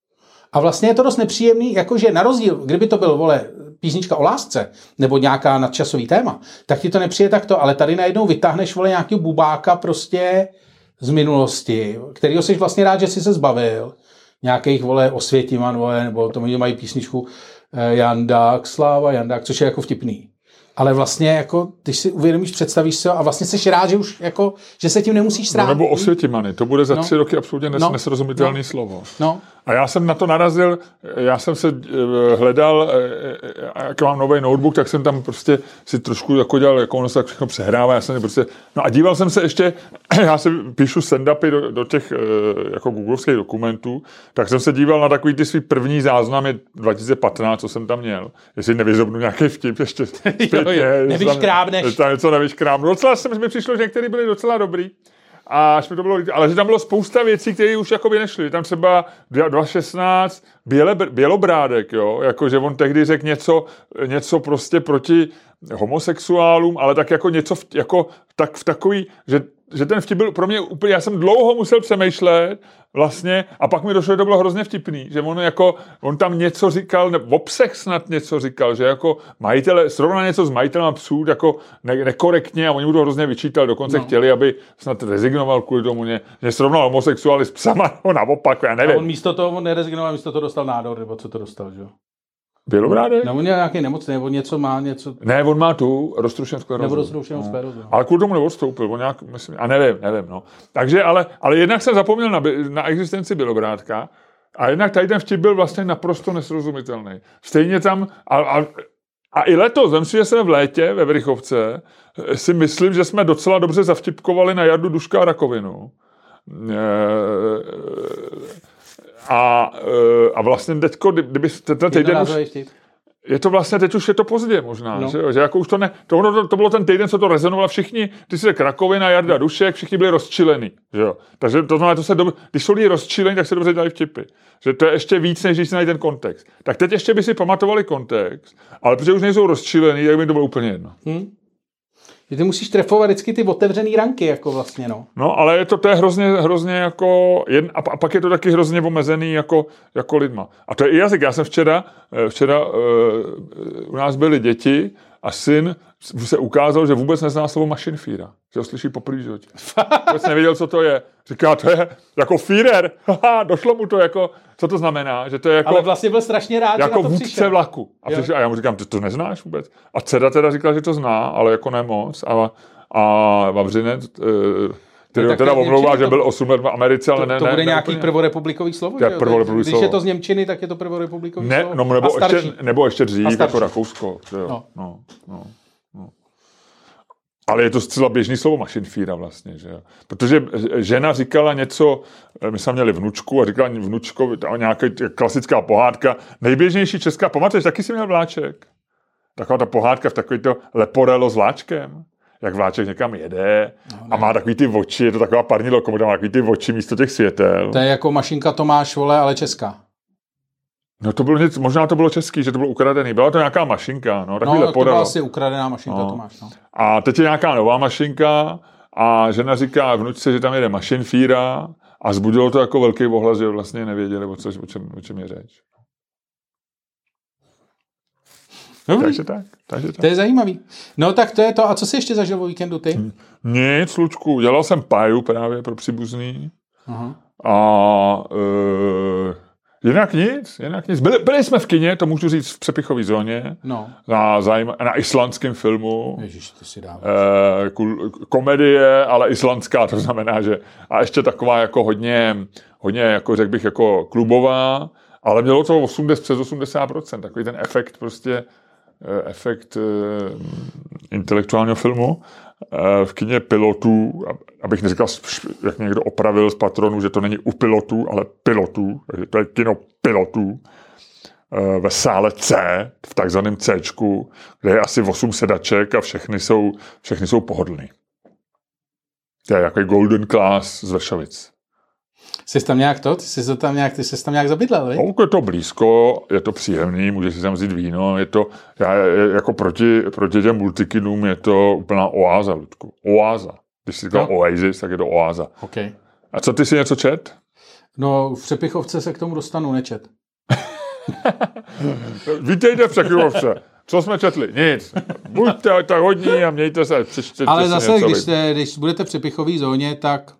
A vlastně je to dost nepříjemný, jakože na rozdíl, kdyby to byl, vole, písnička o lásce, nebo nějaká nadčasový téma, tak ti to nepřijde takto, ale tady najednou vytáhneš, vole, nějakého bubáka prostě z minulosti, kterýho jsi vlastně rád, že jsi se zbavil, nějakých, vole, Osvětiman, vole, nebo to mají písničku Jandák, Sláva Jandák, což je jako vtipný. Ale vlastně jako, když si uvědomíš, představíš se a vlastně jsi rád, že už jako, že se tím nemusíš strávit. No nebo Osvětimany, to bude za 3 roky absolutně nesrozumitelný slovo. No. A já jsem na to narazil, já jsem se hledal, jak mám nový notebook, tak jsem tam prostě si trošku jako dělal, jako ono se tak všechno přehrává, já jsem prostě, no a díval jsem se ještě, já si píšu stand-upy do těch jako googlovských dokumentů, tak jsem se díval na takový ty svý první záznamy 2015, co jsem tam měl, jestli nevyzobnu nějaký vtip ještě zpětně. Nevyškrábneš. Tam něco nevyškrábnu. Docela mi přišlo, že některý byly docela dobrý. A až mi to bylo, ale že tam bylo spousta věcí, které už jakoby nešly. Tam třeba 2016 Bělobrádek, jo, jako že on tehdy řekl něco prostě proti homosexuálům, ale tak jako něco tak v takový, že ten vtip byl pro mě úplně, já jsem dlouho musel přemýšlet vlastně a pak mi došlo, že to bylo hrozně vtipný, že on tam něco říkal, v obsah snad něco říkal, že jako majitele, srovnal něco s majitelem psů jako nekorektně a oni mu to hrozně vyčítali, dokonce chtěli, aby snad rezignoval kvůli tomu, že srovnal homosexuály s psama, no naopak, já nevím. A on místo toho nerezignoval, místo toho dostal nádor, nebo co to dostal, že jo? Bělobrádek? No, on je nějaký nemocný, nebo něco má, něco... Ne, on má tu roztroušenou sklerózu. Nebo roztroušenou sklerózu. Ale kvůli tomu neodstoupil, on nějak, myslím, a nevím, no. Takže, ale jednak jsem zapomněl na existenci Bělobrádka a jednak tady ten vtip byl vlastně naprosto nesrozumitelný. Stejně tam, a i letos, vem si, že jsme v létě ve Vrychovce, si myslím, že jsme docela dobře zavtipkovali na Jardu Duška a rakovinu. A vlastně teďko, kdyby ten týden už... Je to vlastně, teď už je to pozdě možná, no. Že jako už to bylo ten týden, co to rezonovalo všichni, ty si řekl rakovina, Jarda Dušek, všichni byli rozčilení, že jo. Takže to znamená, když jsou lidi rozčilení, tak se dobře dělají vtipy. Že to je ještě víc, než když si najít ten kontext. Tak teď ještě by si pamatovali kontext, ale protože už nejsou rozčilení, tak by to bylo úplně jedno. Že ty musíš trefovat vždycky ty otevřený ranky, jako vlastně, no. No, ale to je hrozně jako, a pak je to taky hrozně omezený jako lidma. A to je i jazyk. Já jsem včera u nás byly děti a syn se ukázal, že vůbec nezná slovo Maschinenführer. Že ho slyší poprvé v životě. Vůbec nevěděl, co to je. Říká, to je jako Führer. Došlo mu to jako, co to znamená. Že to je jako, ale vlastně byl strašně rád, jako že na to vůdce přišel. Vlaku. A já mu říkám, ty to neznáš vůbec. A dcera teda říkala, že to zná, ale jako nemoc. A Vavřinec... Který teda omlouvá, že byl 8 let v Americe, ale ne. To bude nějaký prvorepublikový slovo, že jo? Když je to z němčiny, tak je to prvorepublikový slovo. No, nebo ještě dřív, jako Rakousko. No. Ale je to zcela běžný slovo Maschinenführer vlastně, že jo. Protože žena říkala něco, my jsme měli vnučku a říkala vnučkovi, nějaká klasická pohádka, nejběžnější česká, pamatuješ, taky jsi měl Vláček? Taková ta pohádka v takový to leporello s Vláčkem. Jak Vláček někam jede a má takový ty oči, je to taková parní lokomotiva, má takový ty oči místo těch světel. To je jako Mašinka Tomáš, vole, ale česká. No to bylo možná to bylo český, že to bylo ukradený. Byla to nějaká mašinka, no, takový leporello. To byla asi ukradená Mašinka Tomáš, no. A teď je nějaká nová mašinka a žena říká vnučce, že tam jede Maschinenführer a zbudilo to jako velký ohlas, že vlastně nevěděli, o čem je řeč. Takže tak. To je zajímavý. No tak to je to. A co jsi ještě zažil o víkendu ty? Nic, Lučku. Dělal jsem páju právě pro příbuzný. Aha. A jinak nic. Byli jsme v kině, to můžu říct, v Přepichové zóně. No. Na islandském filmu. Ježiš, to si dáváš. Komedie, ale islandská, to znamená, že a ještě taková jako hodně jako řekl bych, jako klubová, ale mělo to přes 80%. Takový ten efekt prostě intelektuálního filmu v kině pilotů, abych neříkal, jak někdo opravil z patronů, že to není u pilotů, ale pilotů, takže to je kino pilotů ve sále C, v takzvaném Cčku, kde je asi 8 sedaček a všechny jsou pohodlný. To je jako Golden Class z Vršovic. Jsi tam nějak ty jsi tam nějak zabydlel, viď? Je to blízko, je to příjemný, můžeš si tam vzít víno, jako proti těm multikinům je to úplná oáza, Ludku. Oáza. Když jsi říkal Oasis, tak je to oáza. Okay. A co ty si něco čet? No, v Přepichovce se k tomu dostanu, nečet. Vítejte v Přepichovce. Co jsme četli? Nic. Buďte tak hodní a mějte se. Ale zase, když budete v Přepichové zóně, tak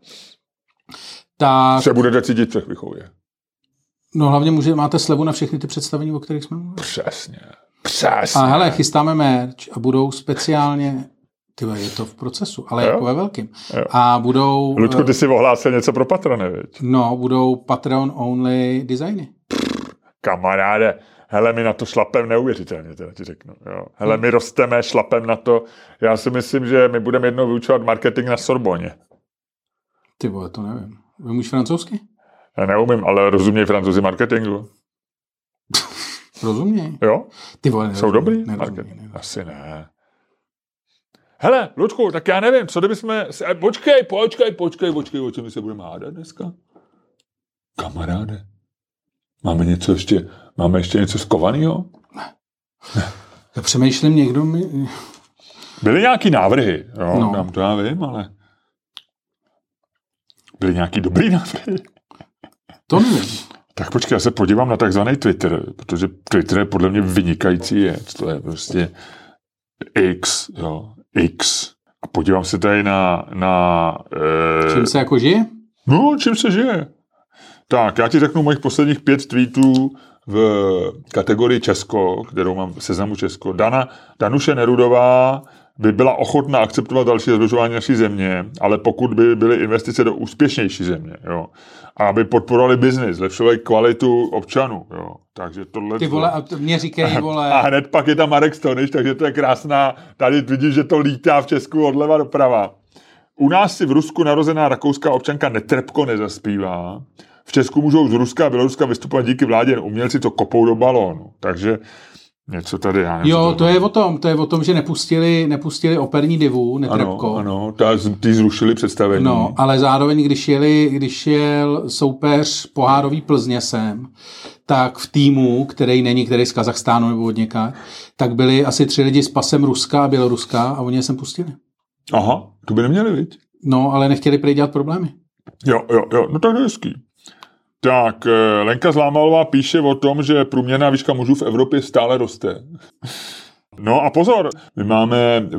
se budete cítit v Přepichově. No hlavně máte slevu na všechny ty představení, o kterých jsme mluvili. Přesně. A hele, chystáme merch a budou speciálně Tyhle, je to v procesu, ale Jo? jako ve velkým. Jo. A budou... Luďku, ty si ohlásil něco pro patrony, viď? No, budou Patreon-only designy. Kamaráde, hele, my na to šlapem neuvěřitelně, teda ti řeknu. Jo. Hele, my rosteme šlapem na to. Já si myslím, že my budeme jednou vyučovat marketing na Sorboně. Ty vole, to nevím. Umíš francouzsky? Já neumím, ale rozuměj Francouzi marketingu. Rozuměj. Jo? Ty vole, Jsou dobrý? nerozumí. Asi ne. Hele, Luďku, tak já nevím, co kdybychom... Počkej, o čem my se budeme hádat dneska? Kamaráde, máme ještě něco skovanýho? Já přemýšlím, někdo mi... Byly nějaký návrhy, jo, No. to já vím, ale... Byly nějaký dobrý návrhy? To nevím. Tak počkej, já se podívám na takzvaný Twitter, protože Twitter je podle mě vynikající věc. To je prostě X, jo, X. A podívám se tady na Čím se jako žije? No, čím se žije. Tak, já ti řeknu mojich posledních 5 tweetů v kategorii Česko, kterou mám v seznamu Česko. Danuše Nerudová by byla ochotná akceptovat další zadlužování naší země, ale pokud by byly investice do úspěšnější země, jo, a aby podporovali biznis, zlepšovali kvalitu občanů, jo. Takže tohle... Ty vole, a mě říkají, vole... A hned pak je tam Marek Stoniš, takže to je krásná, tady vidíš, že to lítá v Česku odleva doprava. U nás si v Rusku narozená rakouská občanka Netrebko nezaspívá. V Česku můžou z Ruska a Běloruska vystupovat díky vládě jen umělci, to kopou do balónu. Takže něco tady, já nevím. Jo, to je o tom, že nepustili operní divu, Netrebko. Ano, ty zrušili představení. No, ale zároveň, když jel soupeř pohárový Plzně sem, tak v týmu, který z Kazachstánu nebo od něka, tak byli asi 3 lidi s pasem Ruska a Běloruska a oni je sem pustili. Aha, to by neměli, viď? No, ale nechtěli prý dělat problémy. Jo, no tak to je hezký. Tak, Lenka Zlámalová píše o tom, že průměrná výška mužů v Evropě stále roste. No a pozor, my máme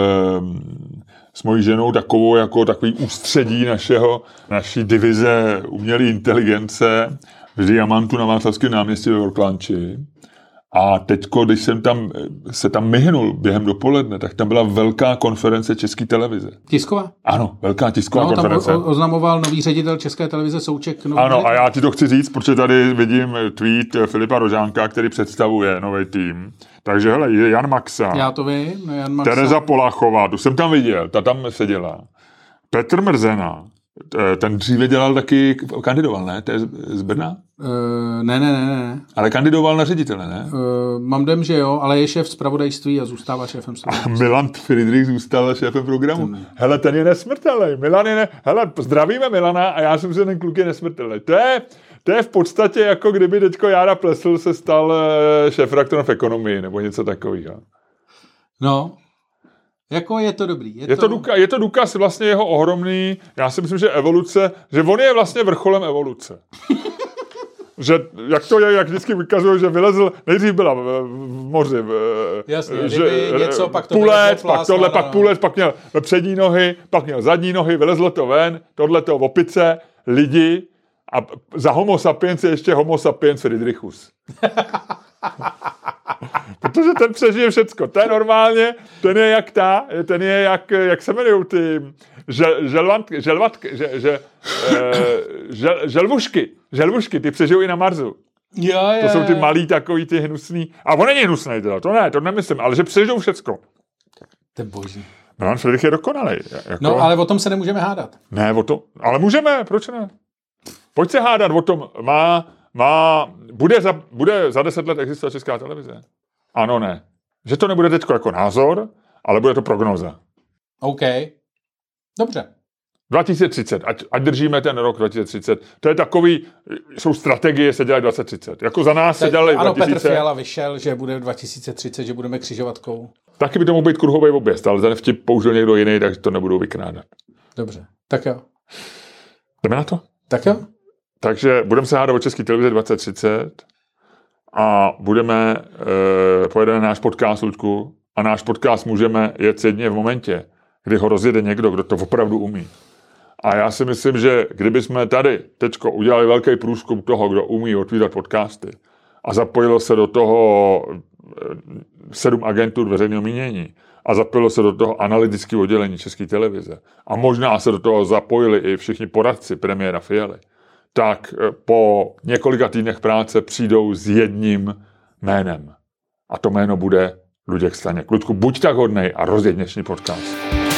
s mojí ženou takový ústředí naší divize umělé inteligence v Diamantu na Václavském náměstí ve Worklanči. A teďko, když jsem se tam myhnul během dopoledne, tak tam byla velká konference České televize. Tisková? Ano, velká tisková konference. Tam oznamoval nový ředitel České televize Souček. Ano, a já ti to chci říct, protože tady vidím tweet Filipa Rožánka, který představuje nový tým. Takže hele, Jan Maxa. Já to vím, Jan Maxa. Tereza Poláchová, tu jsem tam viděl, ta tam seděla. Petr Mrzena, ten dříve kandidoval, ne? To je z Brna? Ne. Ale kandidoval na ředitele, ne? Mám dojem, že jo, ale je šéf zpravodajství a zůstává šéfem zpravodajství. A Milan Friedrich zůstal šéfem programu. Hele, ten je nesmrtelný. Hele, zdravíme Milana a já jsem si ten kluk je nesmrtelný. To je v podstatě jako kdyby teďko Jára Plesl se stal šéfredaktorem v ekonomii nebo něco takového. No, jako je to dobrý. Je to důkaz vlastně jeho ohromný, já si myslím, že evoluce, že on je vlastně vrcholem evoluce. Že jak vždycky vykazují, že vylezl, nejdřív byla v moři, jasně, něco, pak půlec, pak měl přední nohy, pak měl zadní nohy, vylezlo to ven, tohleto opice, lidi a za homo sapiens je ještě homo sapiens Friedrichus. Protože ten přežije všecko. Ten normálně, ten je jak se jmenují ty želvušky, ty přežijou i na Marsu. Jo. To jsou ty malý takový, ty hnusný. A on není hnusný teda, to nemyslím, ale že přežijou všecko. To je boží. Milan Friedrich je dokonalý. No, ale o tom se nemůžeme hádat. Ne, ale můžeme, proč ne? Pojď se hádat o tom, bude za 10 let existovat Česká televize? Ano, ne. Že to nebude teďko jako názor, ale bude to prognóza. OK. Dobře. 2030, ať držíme ten rok 2030. To je takový, jsou strategie, se dělají 2030. Jako za nás se dělají 2030. Ano, Petr Fiala vyšel, že bude 2030, že budeme křižovatkou. Taky by to mohl být kruhový objezd, ale ten vtip použil někdo jiný, tak to nebudou vykrádat. Dobře, tak jo. Jdeme na to? Tak jo. Takže budeme se hádat o České televize 2030 a pojedeme náš podcast, Luďku, a náš podcast můžeme jet jedně v momentě, kdy ho rozjede někdo, kdo to opravdu umí. A já si myslím, že kdybychom tady teďko udělali velký průzkum toho, kdo umí otvírat podcasty a zapojilo se do toho 7 agentur veřejného mínění a zapojilo se do toho analytické oddělení České televize a možná se do toho zapojili i všichni poradci premiéra Fialy, tak po několika týdnech práce přijdou s jedním jménem. A to jméno bude Luděk Staněk. Ludku, buď tak hodnej a rozjeď dnešní podcast.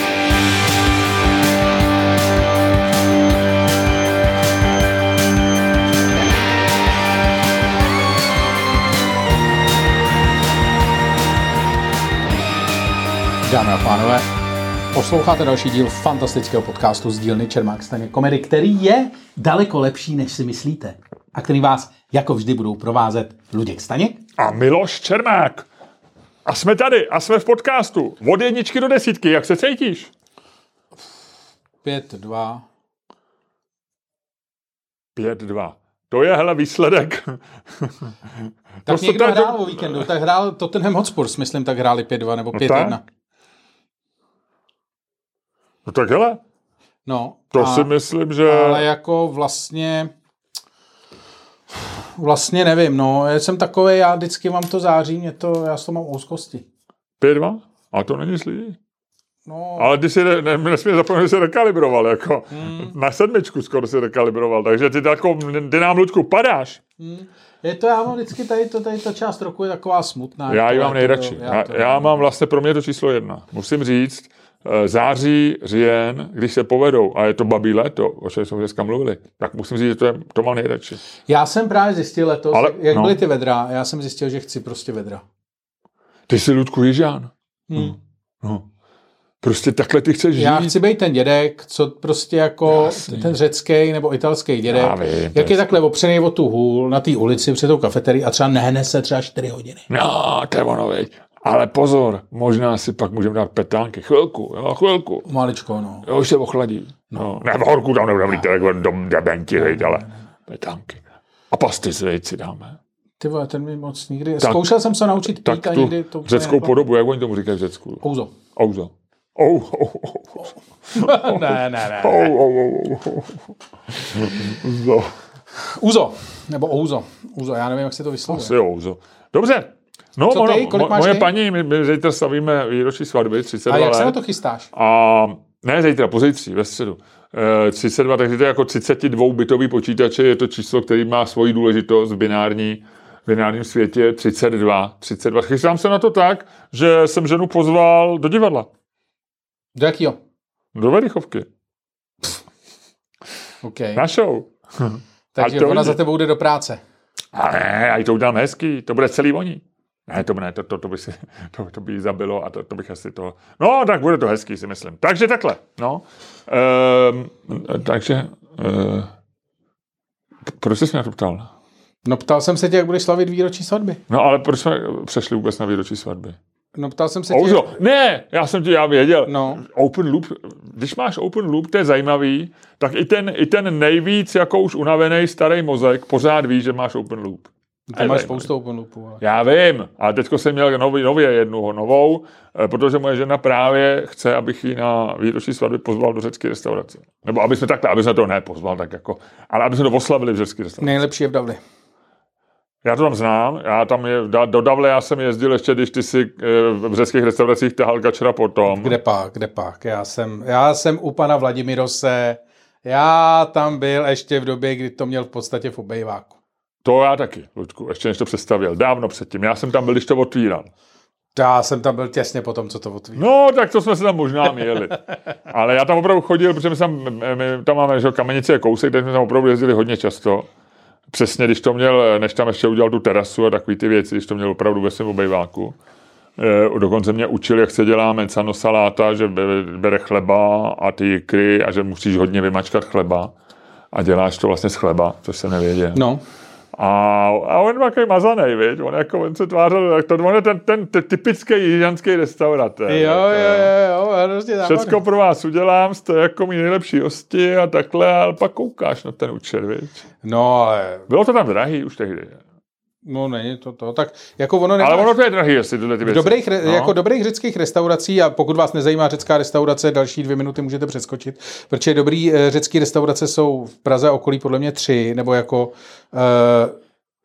Dámy a pánové, posloucháte další díl fantastického podcastu z dílny Čermák Staněk Komedy, který je daleko lepší, než si myslíte. A který vás, jako vždy, budou provázet Luděk Staněk a Miloš Čermák. A jsme tady, a jsme v podcastu. Od 1 do 10, jak se cítíš? 5-2. 5-2. To je, hele, výsledek. Tak někdo hrál o víkendu, tak hrál Tottenham Hotspur, myslím, tak hráli 5-2 nebo 5-1. No tak hele. No. To si myslím, že... Ale jako Vlastně nevím, no. Já jsem takovej, já vždycky mám to září, já to mám úzkosti. 5-2? A to není zlý. No. Ale ty si nesmí zapomenout, že se rekalibroval, jako. Na 7 skoro si rekalibroval, takže ty nám, Ludku, padáš. Je to, já mám vždycky tady to část roku je taková smutná. Já ji mám nejradši. Já mám vlastně pro mě to číslo 1. Musím říct, září, říjen, když se povedou, a je to babí léto, o čem jsme dneska mluvili, tak musím říct, že to mám nejradši. Já jsem právě zjistil letos, jak byly ty vedra, já jsem zjistil, že chci prostě vedra. Ty jsi, Ludku, Jižán. No. Prostě takhle ty chceš žít. Já chci být ten dědek, co prostě jako jasný. Ten řecký nebo italský dědek, jak je takhle opřený o tu hůl na té ulici před tou kafeterií a třeba nehne se třeba 4 hodiny. No, to je ono, veď. Ale pozor, možná si pak můžeme dát petánky. Chvilku. Maličko, no. Jo, už se ochladí. No. Ne, v horku tam nebudeme mít dom debenky, ale petánky. A pastis, si dáme. Ty vole, ten mi moc nikdy... Zkoušel jsem se naučit pít a nikdy to... řeckou podobu, jak oni tomu říkají v Řecku? Ouzo. Ne. Uzo. Nebo ouzo. Já nevím, jak se to vyslovuje. Asi ouzo. Dobře. No, moje paní, my zítra slavíme výročí svatby, 32 let. A jak se na to chystáš? Ne zítra, pozítří, ve středu. 32, takže to je jako 32 bitový počítače, je to číslo, který má svoji důležitost v binárním světě, 32. Chystám se na to tak, že jsem ženu pozval do divadla. Do jakýho? Do Verichovky. Okay. Na show. Takže ona za tebou jde do práce. A ne, a to uděláme hezký, to bude celý voní. Ne, to by jí zabilo a to bych asi to... No, tak bude to hezký, si myslím. Takže takhle, no. Proč jsi mě na to ptal? No, ptal jsem se tě, jak budeš slavit výročí svatby. No, ale proč jsme přešli vůbec na výročí svatby? No, ptal jsem se tě... Ne, já věděl. No. Open loop, když máš open loop, to je zajímavý, tak i ten nejvíc jako už unavený starý mozek pořád ví, že máš open loop. Ty máš spoustu open loopů. Ale... Já vím, ale teďko jsem měl nově jednu novou, protože moje žena právě chce, abych ji na výročí svatby pozval do řecké restaurace. Nebo aby jsme to nepozval, tak jako, ale aby jsme to oslavili v řecké restauraci. Nejlepší je v Davli. Já to tam znám, do Davle já jsem jezdil ještě, když ty si v řeckých restauracích tahal kačera potom. Kde pak, já jsem u pana Vladimirose, já tam byl ještě v době, kdy to měl v podstatě v obejváku. To já taky, Luďku, ještě než to představil, dávno předtím, já jsem tam byl, když to otvíral. Já jsem tam byl těsně po tom, co to otvíral. No, tak to jsme se tam možná měli. Ale já tam opravdu chodil, protože my tam máme Kamenici a kousek, takže jsme tam opravdu jezdili hodně často. Přesně, když to měl, než tam ještě udělal tu terasu a takový ty věci, když to měl opravdu ve svém obejváku. Dokonce mě učil, jak se dělá menzano saláta, že bere chleba a ty jikry a že musíš hodně vymačkat chleba a děláš to vlastně z chleba, což jsem nevěděl. No. A on je takový mazanej, viď? On se tvářil, on je ten typický jižanský restauratér. Jo. Všecko pro vás udělám, jste jako mý nejlepší hosti a takhle, ale pak koukáš na ten účet, viď? No, ale... Bylo to tam drahý už tehdy. No, není to. Tak jako ono nemáš... Ale ono to je drahý, jestli tyhle ty věci. Jako dobrých řeckých restaurací, a pokud vás nezajímá řecká restaurace, další 2 minuty můžete přeskočit, protože dobrý řecký restaurace jsou v Praze okolí podle mě 3, nebo jako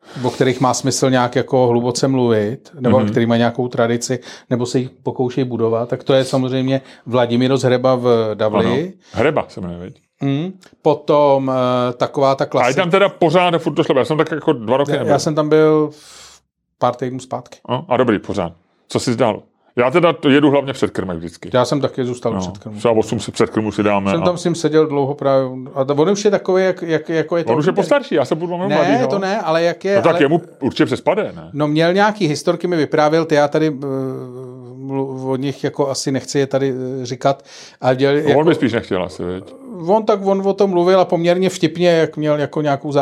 o kterých má smysl nějak jako hluboce mluvit, nebo který mají nějakou tradici, nebo se jich pokoušejí budovat, tak to je samozřejmě Vladimír z Hreba v Davli. Ano. Hreba se jmenuje, viď? Potom taková ta klasika. A je tam teda pořád furt to šlo. Já jsem tak jako 2 roky nebyl. Já jsem tam byl pár týdnů zpátky. A dobrý, pořád. Co si zdálo? Já teda to jedu hlavně před krmem vždycky. Já jsem taky zůstal před krmem. Třeba 8 před krmu si dáme. Jsem tam s ním seděl dlouho právě. A on už je takový, jako je to. On už je postarší, já se budu mluvit. Ne, to ne, ale jak je. No tak ale... jemu určitě přespade, ne? No měl nějaký historky, mi vyprávěl, ty já tady od nich jako asi nechci je tady říkat. A děl, jako... On by spíš nechtěl asi, viď? On o tom mluvil a poměrně vtipně, jak měl jako nějaký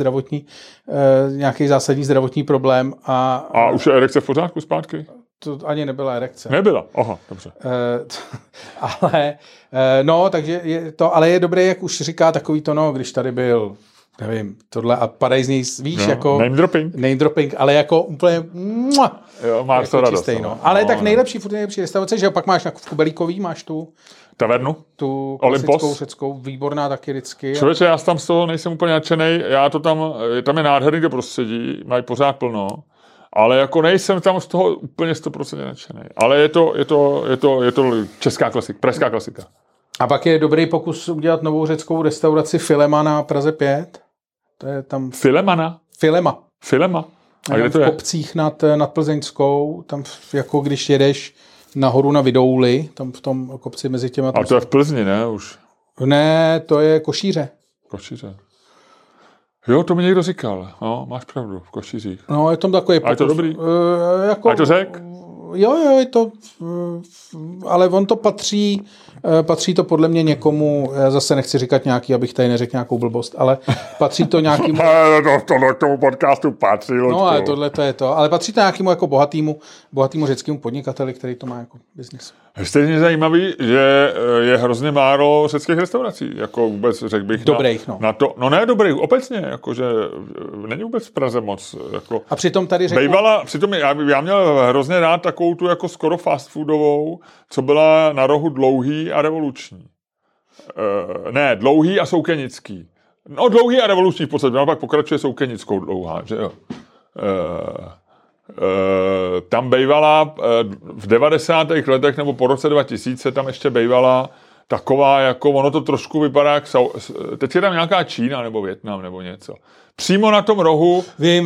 zásadní zdravotní problém. A už je erekce v pořádku zpátky? To ani nebyla erekce. Nebyla, aha, dobře. Ale, no, takže je to, ale je dobré, jak už říká takový to, no, když tady byl, nevím, tohle a padají z něj, víš, no, jako... Name dropping, ale jako úplně... Jo, máš jako to radost. Čistý, no. Ale tak nejlepší restaurace, že jo, pak máš v Kubelíkový, máš tu... Tavernu? Tu klasickou řeckou, výborná taky vždycky. Člověče, já tam z toho nejsem úplně nadšenej, tam je nádherný to prostředí, mají pořád plno, ale jako nejsem tam z toho úplně 100% nadšenej. Ale je to česká klasika, pražská klasika. A pak je dobrý pokus udělat novou řeckou restauraci Filema na Praze 5. To je tam... Filema. A kde to je? V Kopcích nad Plzeňskou, tam jako když jedeš nahoru na Vidouli, tam v tom kopci mezi těma... A to je v Plzni, ne? Už. Ne, to je Košíře. Jo, to mi někdo říkal. No, máš pravdu, v Košířích. No, je tam takový pokus. A je to dobrý? Jako, a je to řek? Jo, je to... Ale on to patří to podle mě někomu, já zase nechci říkat nějaký, abych tady neřekl nějakou blbost, ale patří to nějakému... to k tomu podcastu patří, Ludku. No, ale tohle to je to. Ale patří to nějakému jako bohatýmu řeckému podnikateli, který to má jako biznis. Stejně zajímavý, že je hrozně málo řeckých restaurací, jako vůbec řekl bych. Dobrých, na to. No ne dobrých, obecně, jakože není vůbec v Praze moc. Jako, a přitom tady řeknu... Přitom já měl hrozně rád takovou tu jako skoro fast foodovou, co byla na rohu Dlouhý a Revoluční. Ne, Dlouhý a Soukenický. No, Dlouhý a Revoluční v podstatě, pak pokračuje Soukenickou Dlouhá, že jo. Tam bývala v 90. letech nebo po roce 2000 tam ještě bývala taková, jako ono to trošku vypadá jak teď je tam nějaká Čína nebo Vietnam nebo něco. Přímo na tom rohu Vím.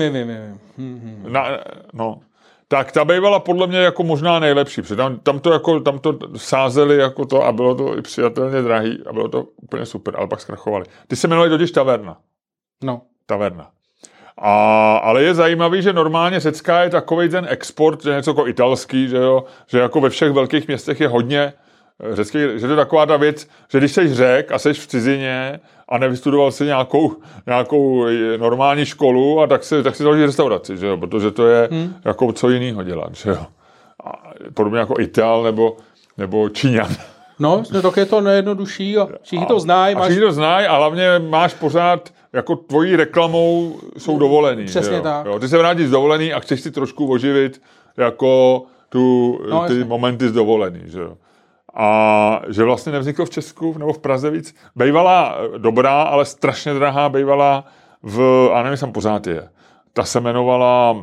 No, tak ta bývala podle mě jako možná nejlepší, protože tam to sázeli jako to a bylo to i přijatelně drahý a bylo to úplně super, ale pak zkrachovali. Ty se jmenovali totiž Taverna. No. Taverna. Ale je zajímavý, že normálně řecká je takovej ten export, že něco jako italský, že jo, že jako ve všech velkých městech je hodně řecký, že to je taková ta věc, že když seš Řek a seš v cizině a nevystudoval si nějakou normální školu a tak si založí restauraci, že jo, protože to je jako co jinýho dělat, že jo. A podobně jako Ital nebo Číňan. No, tak je to nejjednodušší a všichni to znají. Všichni to znají a hlavně máš pořád jako tvojí reklamou jsou dovolený. Přesně tak. Jo, ty se vrátíš z dovolený a chceš si trošku oživit jako ty momenty z dovolený, že jo. A že vlastně nevzniklo v Česku nebo v Praze víc. Bývala dobrá, ale strašně drahá bývala a nevím, tam pořád je. Ta se jmenovala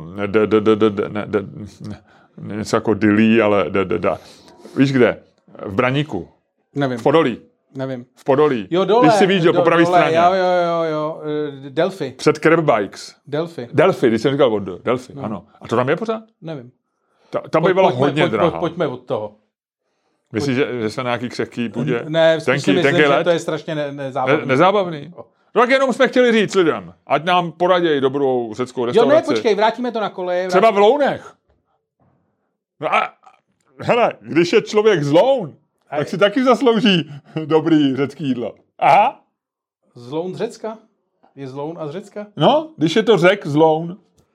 něco jako Dilí, ale víš kde? V Braníku. Nevím. V Podolí. Nevím. V Podolí. Jo, dole. Když si víš, jo, po pravé straně. Jo. Delphi. Před Crab-Bikes. Delphi, když jsem říkal Delphi, no. Ano. A to tam je pořád? Nevím. Ta bývala hodně drahá. Pojďme od toho. Myslíš, že se na nějaký křehký půdě? Ne, myslím, že to je strašně nezábavný. Nezábavný? No tak jenom jsme chtěli říct lidem, ať nám poradějí dobrou řeckou restauraci. Jo, ne, počkej, vrátíme to na koleje. Třeba v Lounech. No a hele, když je člověk z Loun, tak si taky zaslouží dobrý řecký jídlo. Aha. Z Loun z Řecka? Je z Loun a z Řecka? No, když je to Řek z Loun.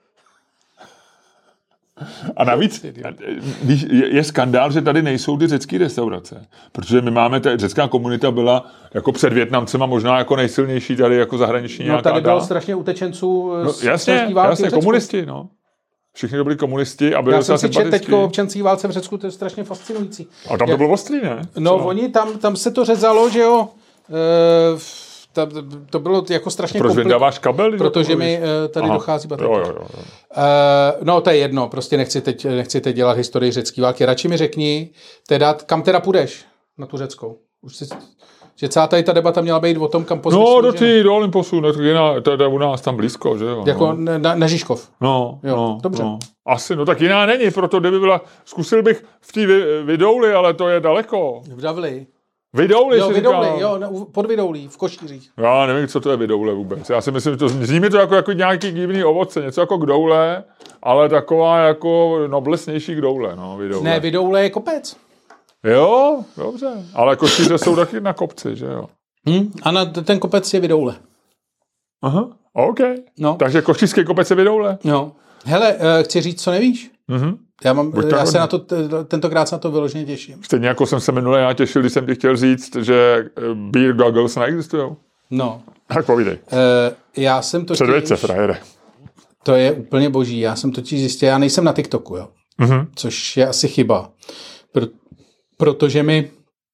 A navíc je skandál, že tady nejsou ty řecké restaurace, protože my máme, ta řecká komunita byla jako před Vietnamcema možná jako nejsilnější tady jako zahraniční nějaká. No tady bylo strašně utečenců z jasně, komunisti, no. Všichni to byli komunisti a byli docela sympatický. Já jsem si četl teďko občanský válce v Řecku, to je strašně fascinující. A tam to bylo ostrý, ne? No, oni tam se to řezalo, že jo, to bylo jako strašně Proč vydáváš kabel? Protože mi tady dochází baterka. Jo. No to je jedno, prostě nechci teď dělat historii řecké války. Radši mi řekni, kam teda půjdeš na tu řeckou? Že celá tady ta debata měla být o tom, kam pozveš. No, do Olymposu, to je u nás tam blízko, že jo. Jako na Žižkov. Dobře. No. Asi, tak jiná není, proto kdyby byla, zkusil bych v té Vidouli, ale to je daleko. V Davli. Vidouli, pod Vidoulí, v Košířích. Já nevím, co to je Vidoule vůbec. Já si myslím, že to zní mi to jako nějaký divný ovoce, něco jako kdoule, ale taková jako noblesnější kdoule, no, Vidoule. Ne, Vidoule je kopec. Jo, dobře. Ale Košíře jsou taky na kopci, že jo? A ten kopec je Vidoule. Aha, OK. No. Takže Košířský kopec je Vidoule. Jo. Hele, chci říct, co nevíš? Já se na to, tentokrát se na to vyloženě těším. Stejně jako jsem se minule já těšil, když jsem ti chtěl říct, že beer goggles neexistujou. No. Tak povídej. Já jsem totiž... Předveď se, frajere. To je úplně boží. Já jsem totiž zjistil, já nejsem na TikToku, jo. Což je asi chyba. Protože mi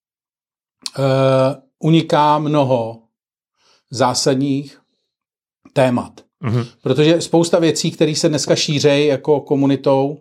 uniká mnoho zásadních témat. Protože spousta věcí, které se dneska šířejí jako komunitou,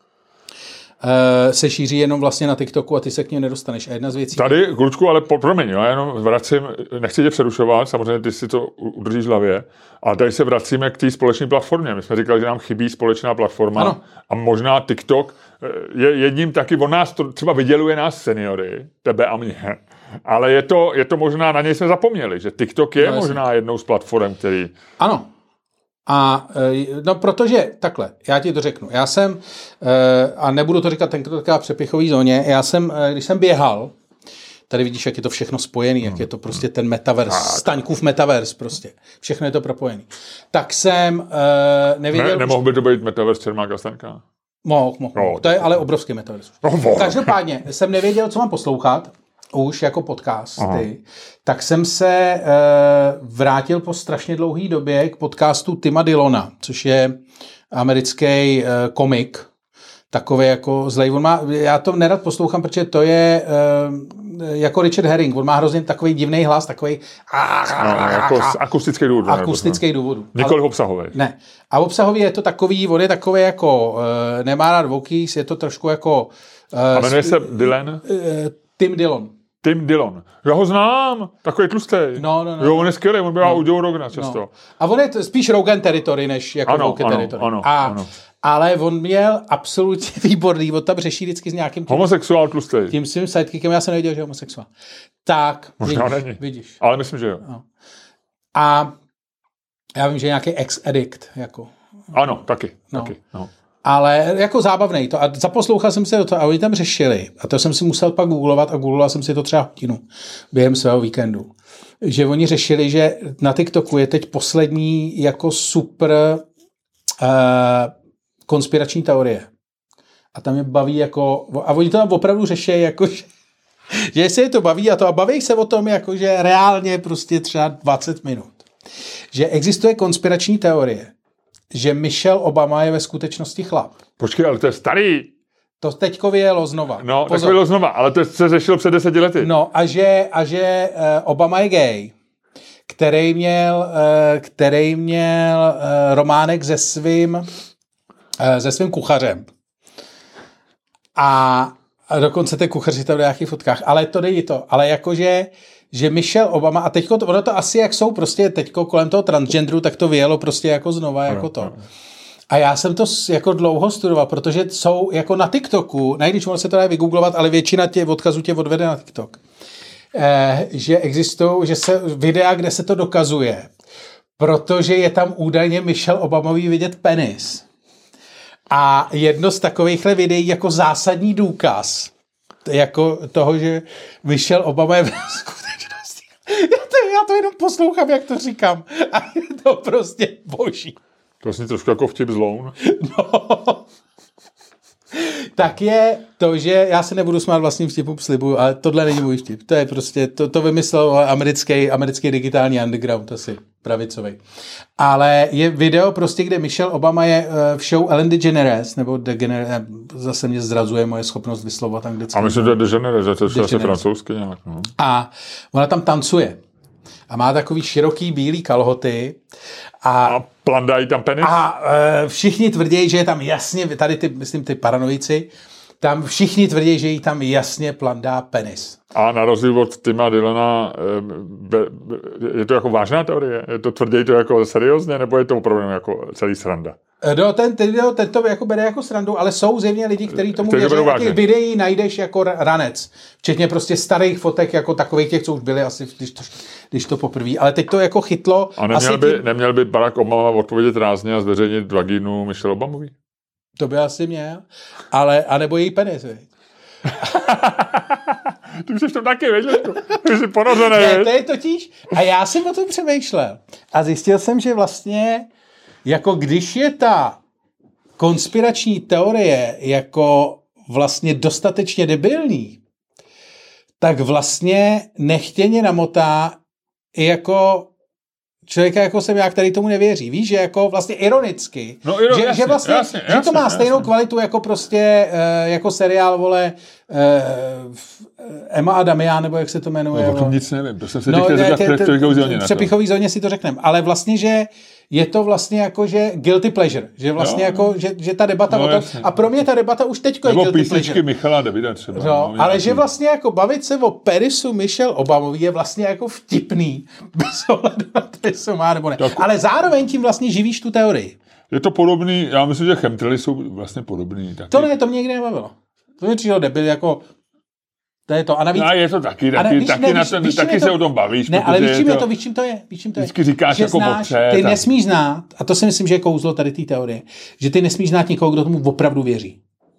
se šíří jenom vlastně na TikToku a ty se k něm nedostaneš. A jedna z věcí... Tady, klučku, ale promiň, já jenom vracím, nechci tě přerušovat, samozřejmě ty si to udržíš v hlavě, ale tady se vracíme k té společné platformě. My jsme říkali, že nám chybí společná platforma. Ano. A možná TikTok je jedním taky, on nás třeba vyděluje nás seniory, tebe a mě, ale je to možná, na něj jsme zapomněli, že TikTok je možná jednou z platform, který... Ano. No protože, takhle, já ti to řeknu. Já jsem, a nebudu to říkat tenkrát v přepichový zóně, když jsem běhal, tady vidíš, jak je to všechno spojený, jak je to prostě ten metaverse, Staňkův metaverse prostě. Všechno je to propojený. Tak jsem nevěděl... Nemohl by to být metaverse Čermáka Staňka? Mohl. To je ale obrovský metaverse. Každopádně jsem nevěděl, co mám poslouchat, už jako podcasty, tak jsem se vrátil po strašně dlouhé době k podcastu Tima Dillona, což je americký komik, takový jako zlej. Já to nerad poslouchám, protože to je jako Richard Herring, on má hrozně takový divný hlas, takový jako akustický důvod. Akustický důvod. Nikoliv obsahový. Ne. A obsahový je to takový, on je takový jako, nemá rád vokýs, je to trošku jako... A jmenuje se Dylan? Tim Dillon. Tim Dillon. Já ho znám, takový tlustej. No. Jo, on je skvělý, on bývá u Joe Rogana často. No. A on je spíš Rogan Territory, než jako Rogan Territory. Ano. Ale on měl absolutně výborný, on tam řeší vždycky s nějakým... Homosexuál tlustej. Tím svým sidekickem, já jsem nevěděl, že je homosexuál. Tak, možná není. Vidíš. Ale myslím, že jo. No. A já vím, že je nějaký ex-addict, jako. Ano, taky. Ale jako zábavnej to. A zaposlouchal jsem se do toho a oni tam řešili. A to jsem si musel pak googlovat a googlal jsem si to třeba hodinu během svého víkendu. Že oni řešili, že na TikToku je teď poslední jako super konspirační teorie. A tam je baví jako... A oni to tam opravdu řeší jako... Že se je to baví a baví se o tom jako, že reálně prostě třeba 20 minut. Že existuje konspirační teorie, že Michelle Obama je ve skutečnosti chlap. Počkej, ale to je starý. To teďko vyjelo znova. No, tak vyjelo znova, ale to se řešilo před 10 lety. No a že Obama je gay, který měl románek se svým kuchařem. A dokonce ten kuchař je tam v nějakých fotkách. Ale to není to. Ale jakože že Michelle Obama, a teďko ono to asi jak jsou prostě teďko kolem toho transgenderu, tak to vyjelo prostě jako znova jako to. A já jsem to jako dlouho studoval, protože jsou jako na TikToku, když se to dá vygooglovat, ale většina těch odkazů tě odvede na TikTok. Že existují, že se videa, kde se to dokazuje, protože je tam údajně Michelle Obamový vidět penis. A jedno z takovýchhle videí jako zásadní důkaz jako toho, že Michelle Obama je v skutečnosti. Já to jenom poslouchám, jak to říkám. A je to prostě boží. To zní trošku jako vtip z Loun. No. Tak je to, že já se nebudu smát vlastním vtipům, slibuju, ale tohle není můj vtip. To je prostě, to vymyslel americký digitální underground, asi pravicový. Ale je video prostě, kde Michelle Obama je v show Ellen DeGeneres, nebo DeGeneres, zase mě zrazuje moje schopnost vyslovovat anglicky. A myslím, že DeGeneres, to je asi francouzsky nějak. No. A ona tam tancuje. a má takový široký bílý kalhoty A plandají tam penis? A všichni tvrdí, že je tam jasně, tady myslím ty paranoici, tam všichni tvrdí, že jí tam jasně plandá penis. A na rozdíl od Tima Dylana, je to jako vážná teorie? Je to tvrdí to jako seriózně, nebo je to opravdu jako celý sranda? No, ten to jako bere jako srandu, ale jsou zjevně lidi, kteří tomu věří. Těch videí najdeš jako ranec. Včetně prostě starých fotek, jako takových těch, co už byly asi, když to poprvé. Ale teď to jako chytlo. A neměl by Barack Obama odpovědět rázně a zveřejnit vagínu Michelle Obamový? To by asi měl. Ale, anebo její penis, viď? Ty už jsi v tom taky, věděl? Ty jsi ponořený. Ne, to je totiž. A já jsem o tom přemýšlel. A zjistil jsem, že vlastně jako když je ta konspirační teorie jako vlastně dostatečně debilní, tak vlastně nechtěně namotá i jako člověka, jako jsem já, který tomu nevěří. Víš, že jako vlastně ironicky. No, že vlastně, že to má stejnou kvalitu jako prostě, jako seriál, vole, Emma a Damian, nebo jak se to jmenuje. No, o tom nic nevím. To jsem se říkal v přepichový zóně. V přepichový zóně si to řekneme. Ale vlastně, že je to vlastně jako, že guilty pleasure. Že vlastně jako, že ta debata o tom. Jasně. A pro mě ta debata už teďko je guilty pleasure. Nebo písničky Michala Davida třeba. No, ale že vlastně jako bavit se o penisu Michelle Obamový je vlastně jako vtipný. Bez ohledu na to, jestli má nebo ne. Tak. Ale zároveň tím vlastně živíš tu teorii. Je to podobný, já myslím, že chemtraily jsou vlastně podobný. Taky. To mě nikdy nebavilo. To mě přišlo debil, jako to je to. A navíc, je to taky se o tom bavíš. Ne, ale víš, čím to je? Vždycky říkáš že jako bokře. Ty nesmíš znát, a to si myslím, že je kouzlo tady té teorie, že ty nesmíš znát někoho, kdo tomu opravdu věří.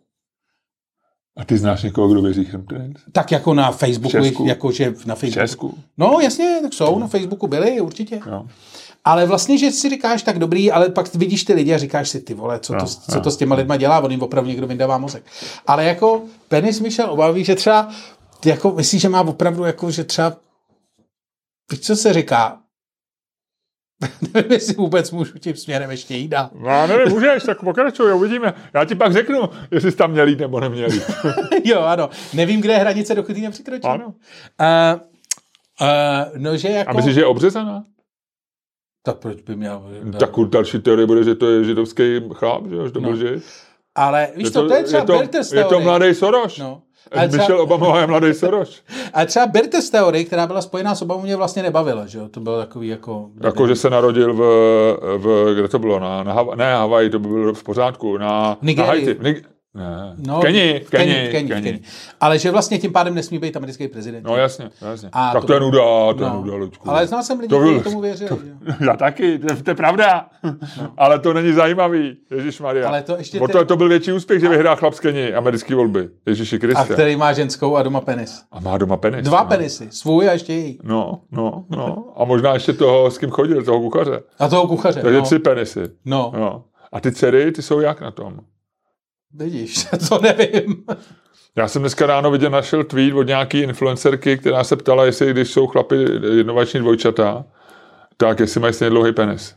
A ty znáš někoho, kdo věří chemtrails? Tak jako na Facebooku, jakože na Facebooku. V Česku? No jasně, tak jsou, na Facebooku byli, určitě. Jo. Ale vlastně, že si říkáš tak dobrý, ale pak vidíš ty lidi a říkáš si, ty vole, co to s těma lidma dělá, on jim opravdu někdo vyndává mozek. Ale jako penis Michelle Obamový, že třeba, jako myslíš, že má opravdu, jako, že třeba, víš, co se říká? Nevím, jestli vůbec můžu tím směrem ještě jít dál. No, nevím, můžeš, tak pokračuj, uvidíme. Já ti pak řeknu, jestli jsi tam měl jít nebo neměl jít. Jo, ano. Nevím, kde je hranice, dokud ji nepřekročím. Ano. No, že jako... A myslíš, že je obřezaná? Tak proč by měl... Tak další teorie bude, že to je židovský chlap, že to byl žid. Ale víš to je třeba Bertes teorie. Je to mladý Soros. No. Michelle Obama je mladý Soros. Ale třeba Bertes teorie, která byla spojená s Obamou, mě vlastně nebavila, že jo? To bylo takový jako... Jako, že se narodil kde to bylo? Na Havaji, to by bylo v pořádku. Na Haiti. Ne. No, Keni. Ale že vlastně tím pádem nesmí být americký prezident. No jasně. Tak to je nuda, Lučku. Ale znal jsem lidi, kteří tomu věřili. Já taky, to je pravda. No. Ale to není zajímavý, ježišmarja. Ale to ještě to byl větší úspěch, že vyhrál chlap z Keni americké volby. Ježiši Kriste. A který má ženskou a doma penis. A má doma penis. 2 penisy, svůj a ještě její. No. A možná ještě toho, s kým chodil, toho kuchaře. A toho kuchaře, Takže 3 penisy. No. A ty dcery, ty jsou jak na tom? Vidíš, to nevím. Já jsem dneska ráno našel tweet od nějaký influencerky, která se ptala, jestli když jsou chlapi jednovační dvojčata, tak jestli mají stejně dlouhý penis.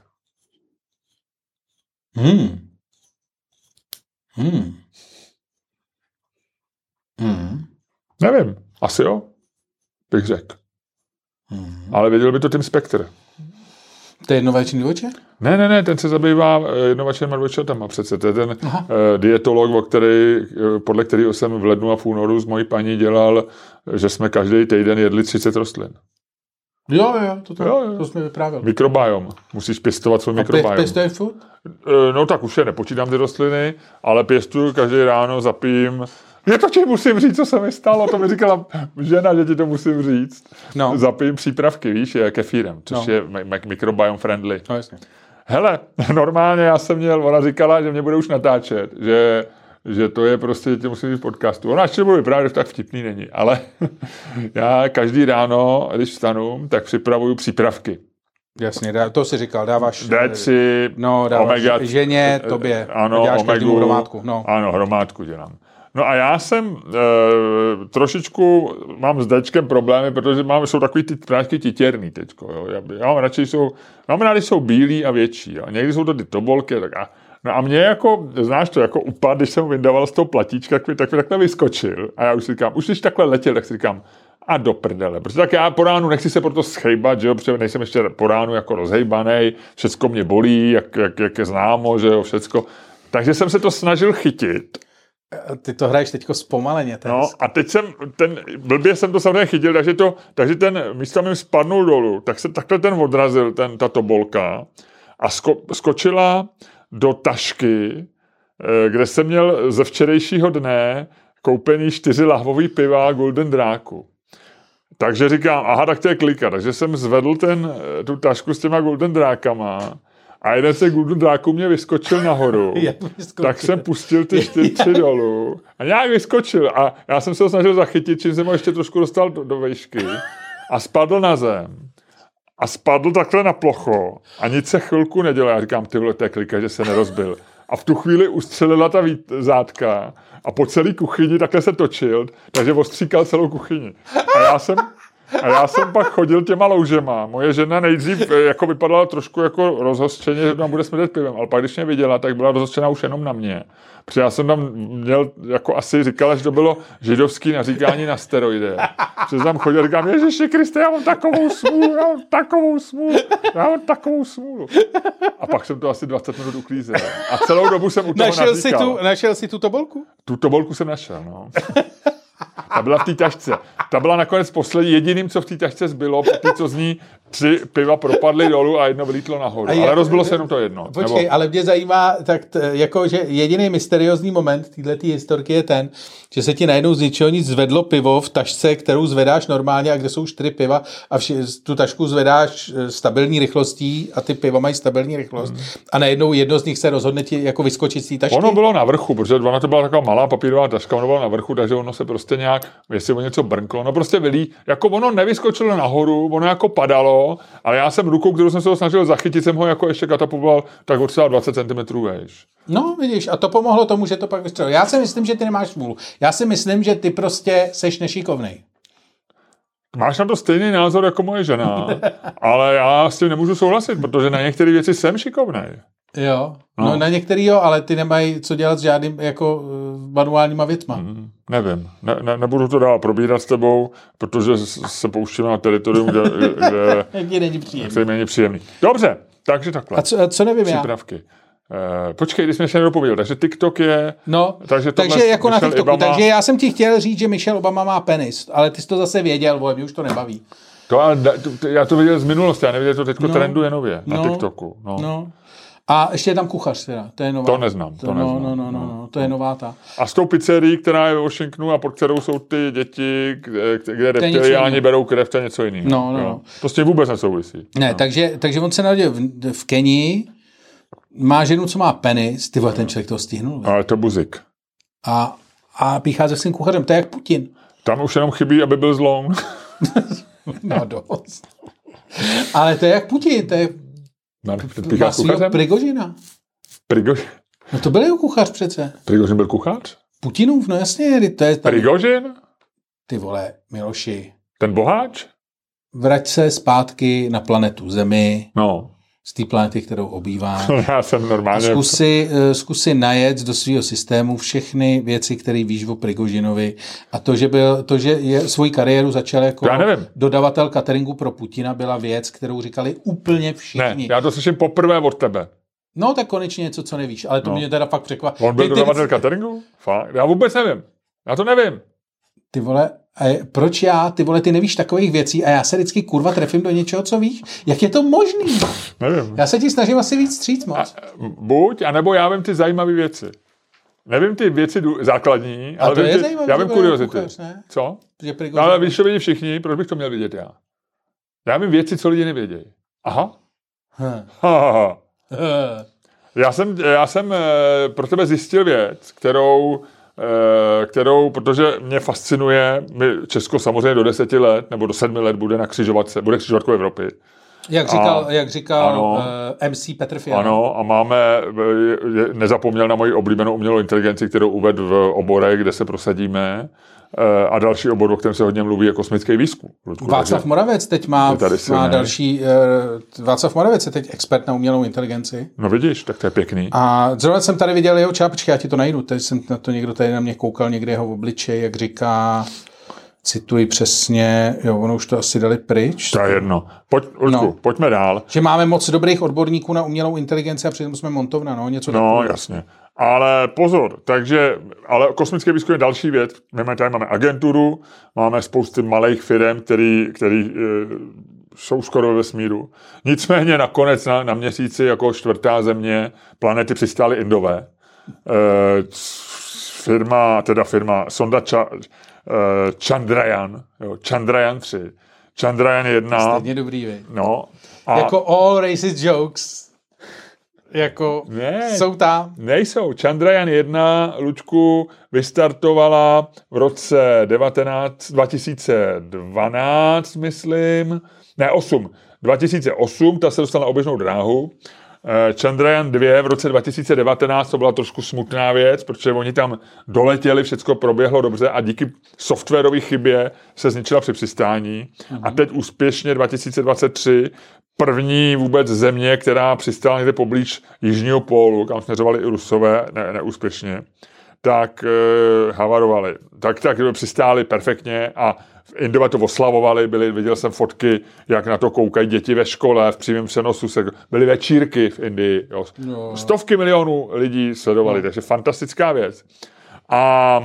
Nevím, asi jo, bych řekl. Ale věděl by to Tim Spector. To je jednovační dvojče? Ne, ten se zabývá jednovačnými dvojčatama přece. To je ten dietolog, podle kterého jsem v lednu a v únoru s mojí paní dělal, že jsme každý týden jedli 30 rostlin. Jo, to jsme vyprávěli. Mikrobiom. Musíš pěstovat svůj mikrobiom. A pěstuješ furt? No tak už je nepočítám ty rostliny, ale pěstuju každý ráno, zapím. Je to, ti musím říct, co se mi stalo, to mi říkala žena, že ti to musím říct. No. Zapijím přípravky, víš, je kefírem, což je microbiome friendly. No, jasně. Hele, normálně já jsem ona říkala, že mě bude už natáčet, že to je prostě, tě musím říct v podcastu. Ona ještě bude vyprávět, že tak vtipný není, ale já každý ráno, když vstanu, tak připravuju přípravky. Jasně, to si říkal, dáváš D3, dáváš omega, ženě, tobě, ano, děláš omegu, hromádku. No. Ano, hromádku dělám. No a já jsem trošičku, mám s Dčkem problémy, protože jsou takový ty prášky titěrný teďko. Jo. Já mám radši když jsou bílí a větší. Jo. Někdy jsou to ty tobolky. No a mě jako, znáš to, jako upad, když jsem vyndával z toho platíčka, tak takhle vyskočil. A já už si říkám, už když takhle letěl, tak si říkám, a do prdele. Protože tak já po ránu nechci se proto schejbat, že jo, protože nejsem ještě po ránu jako rozhejbanej, všecko mě bolí, jak je známo, že jo, všecko. Takže jsem se to snažil chytit. Ty to hraješ teďko zpomaleně. No a teď blbě jsem to samozřejmě chytil, takže ten místo mi spadnul dolů, tak se takhle ten odrazil, ta tobolka a skočila do tašky, kde jsem měl ze včerejšího dne koupený 4 lahvový piva Golden Dráku. Takže říkám, aha, tak to je klika. Takže jsem zvedl tu tašku s těma Golden Drákama a jeden z těch Golden Dráků mě vyskočil nahoru. Tak jsem pustil ty 4 dolů a nějak vyskočil a já jsem se ho snažil zachytit, čím jsem ho ještě trošku dostal do vejšky a spadl na zem. A spadl takhle na plocho a nic se chvilku nedělá. Já říkám, ty vole, to je klika, že se nerozbil. A v tu chvíli ustřelila ta zátka a po celé kuchyni takhle se točil, takže ostříkal celou kuchyni. A já jsem pak chodil těma loužema. Moje žena nejdřív jako vypadala trošku jako rozhořčeně, že tam bude smrdět pivem, ale pak když mě viděla, tak byla rozhořčená už jenom na mě. Protože já jsem tam měl, jako asi říkala, že to bylo židovský naříkání na steroide. Protože tam chodil a říkám, Ježiši Kriste, já mám takovou smůlu. A pak jsem to asi 20 minut uklízel. A celou dobu jsem u toho naříkal. Našel jsi tu tobolku? Tu tobolku jsem našel, no. Ta byla v té tašce. Ta byla nakonec poslední. Jediným, co v té tašce zbylo, ty, co z ní 3 piva propadly dolů a jedno vylítlo nahoru. Ale rozbilo se jenom to jedno. Počkej, ale mě zajímá, jako, že jediný mysteriózní moment této historky je ten, že se ti najednou z ničeho nic zvedlo pivo v tašce, kterou zvedáš normálně a kde jsou 4 piva a tu tašku zvedáš stabilní rychlostí a ty piva mají stabilní rychlost. A najednou jedno z nich se rozhodne ti jako vyskočit z té tašky. Ono bylo na vrchu, protože ona to byla taková malá papírová taška, ono bylo na vrchu, takže ono se prostě nějak, jestli o něco brnklo, no prostě jako ono nevyskočilo nahoru, ono jako padalo, ale já jsem rukou, kterou jsem se ho snažil zachytit, jsem ho jako ještě katapoval tak od třeba 20 cm vejš. No, vidíš, a to pomohlo tomu, že to pak vystřelilo. Já si myslím, že ty nemáš smůlu. Já si myslím, že ty prostě seš nešikovnej. Máš na to stejný názor jako moje žena, ale já s tím nemůžu souhlasit, protože na některé věci jsem šikovnej. Jo, no na některý jo, ale ty nemají co dělat s žádným jako manuálníma věcma. Nevím, nebudu to dál probírat s tebou, protože se pouštíme na teritorium, kde není příjemný. Dobře, takže takhle. A co nevím přípravky. Počkej, když jsme se nedopověděl, takže TikTok je... No, takže jako na TikToku, Obama, takže já jsem ti chtěl říct, že Michelle Obama má penis, ale ty jsi to zase věděl, mě už to nebaví. Já to viděl z minulosti, já nevěděl, to teďko trenduje nově na TikToku. No. A ještě je tam kuchař teda, to je nová. To neznám. To je nová ta. A s tou pizzerií, která je ve Washingtonu a pod kterou jsou ty děti, kde reptiliáni berou krev, to je něco jiného. No. To s tím vůbec nesouvisí. Ne, takže on se narodil v Kenii, má ženu, co má penis, ty vole, ten člověk toho stihnul. Ale to buzik. A píchá se svým kuchařem, to je jak Putin. Tam už jenom chybí, aby byl zloun. No dost. Ale to je jak Putin, to je píchá s kuchařem? Prigožina. No to byl jeho kuchař přece. Prigožin byl kuchař? Putinův, no jasně. To je Prigožin? Ty vole, Miloši. Ten boháč? Vrať se zpátky na planetu Zemi. No. Z té planety, kterou obýváš. Já jsem normálně... Zkus si najet do svého systému všechny věci, které víš o Prigožinovi. A to, že svoji kariéru začal jako dodavatel cateringu pro Putina, byla věc, kterou říkali úplně všichni. Ne, já to slyším poprvé od tebe. No, tak konečně něco, co nevíš. Ale to mě teda fakt překvapilo. On byl dodavatel cateringu? Fakt? Já vůbec nevím. Já to nevím. Ty vole, proč ty nevíš takových věcí a já se vždycky kurva trefím do něčeho, co víš? Jak je to možný? Nevím. Já se ti snažím asi víc stříct moc. Buď, anebo já vím ty zajímavé věci. Nevím ty věci základní, ale já vím kuriozity. Co? Ale víš, to vědí všichni, proč bych to měl vidět já? Já vím věci, co lidi nevědějí. Aha. Já jsem pro tebe zjistil věc, kterou, protože mě fascinuje, Česko samozřejmě do 10 let, nebo do 7 let bude bude křižovatkou Evropy. Jak říkal MC Petr Fiala. Ano, a nezapomněl na moji oblíbenou umělou inteligenci, kterou uvedl v oborech, kde se prosadíme. A další obor, o kterém se hodně mluví, je kosmický výzkum. Václav Moravec teď má další... Václav Moravec je teď expert na umělou inteligenci. No vidíš, tak to je pěkný. A zrovna jsem tady viděl jeho čápečky, já ti to najdu. Teď jsem na to někdo tady na mě koukal, někde jeho v obličeji, jak říká... cituji přesně, jo, ono už to asi dali pryč. To je jedno. Pojďme dál. Že máme moc dobrých odborníků na umělou inteligenci a přitom jsme montovna, no, něco No, takového. jasně. Ale pozor, ale kosmické výzkum je další věc. My tady máme agenturu, máme spousty malých firm, který jsou skoro ve vesmíru. Nicméně nakonec na měsíci jako čtvrtá země planety přistály Indové. Firma sonda Chandrayaan, Chandrayaan 3. Chandrayaan 1. Stejně dobrý, vy. No. Jako all racist jokes. Jako jsou tam. Nejsou. Chandrayaan 1, Lučku, vystartovala v roce 2012, myslím. Ne, 2008, ta se dostala na oběžnou dráhu. Chandrayaan 2 v roce 2019, to byla trošku smutná věc, protože oni tam doletěli, všecko proběhlo dobře a díky softwarové chybě se zničila při přistání. A teď úspěšně 2023 první vůbec země, která přistála někde poblíž Jižního pólu, kam směřovali i Rusové neúspěšně, tak havarovali. Tak přistáli perfektně a Indové to oslavovali, viděl jsem fotky, jak na to koukají děti ve škole, v přímém přenosu, byly večírky v Indii. Jo. No. Stovky milionů lidí sledovali, takže fantastická věc. A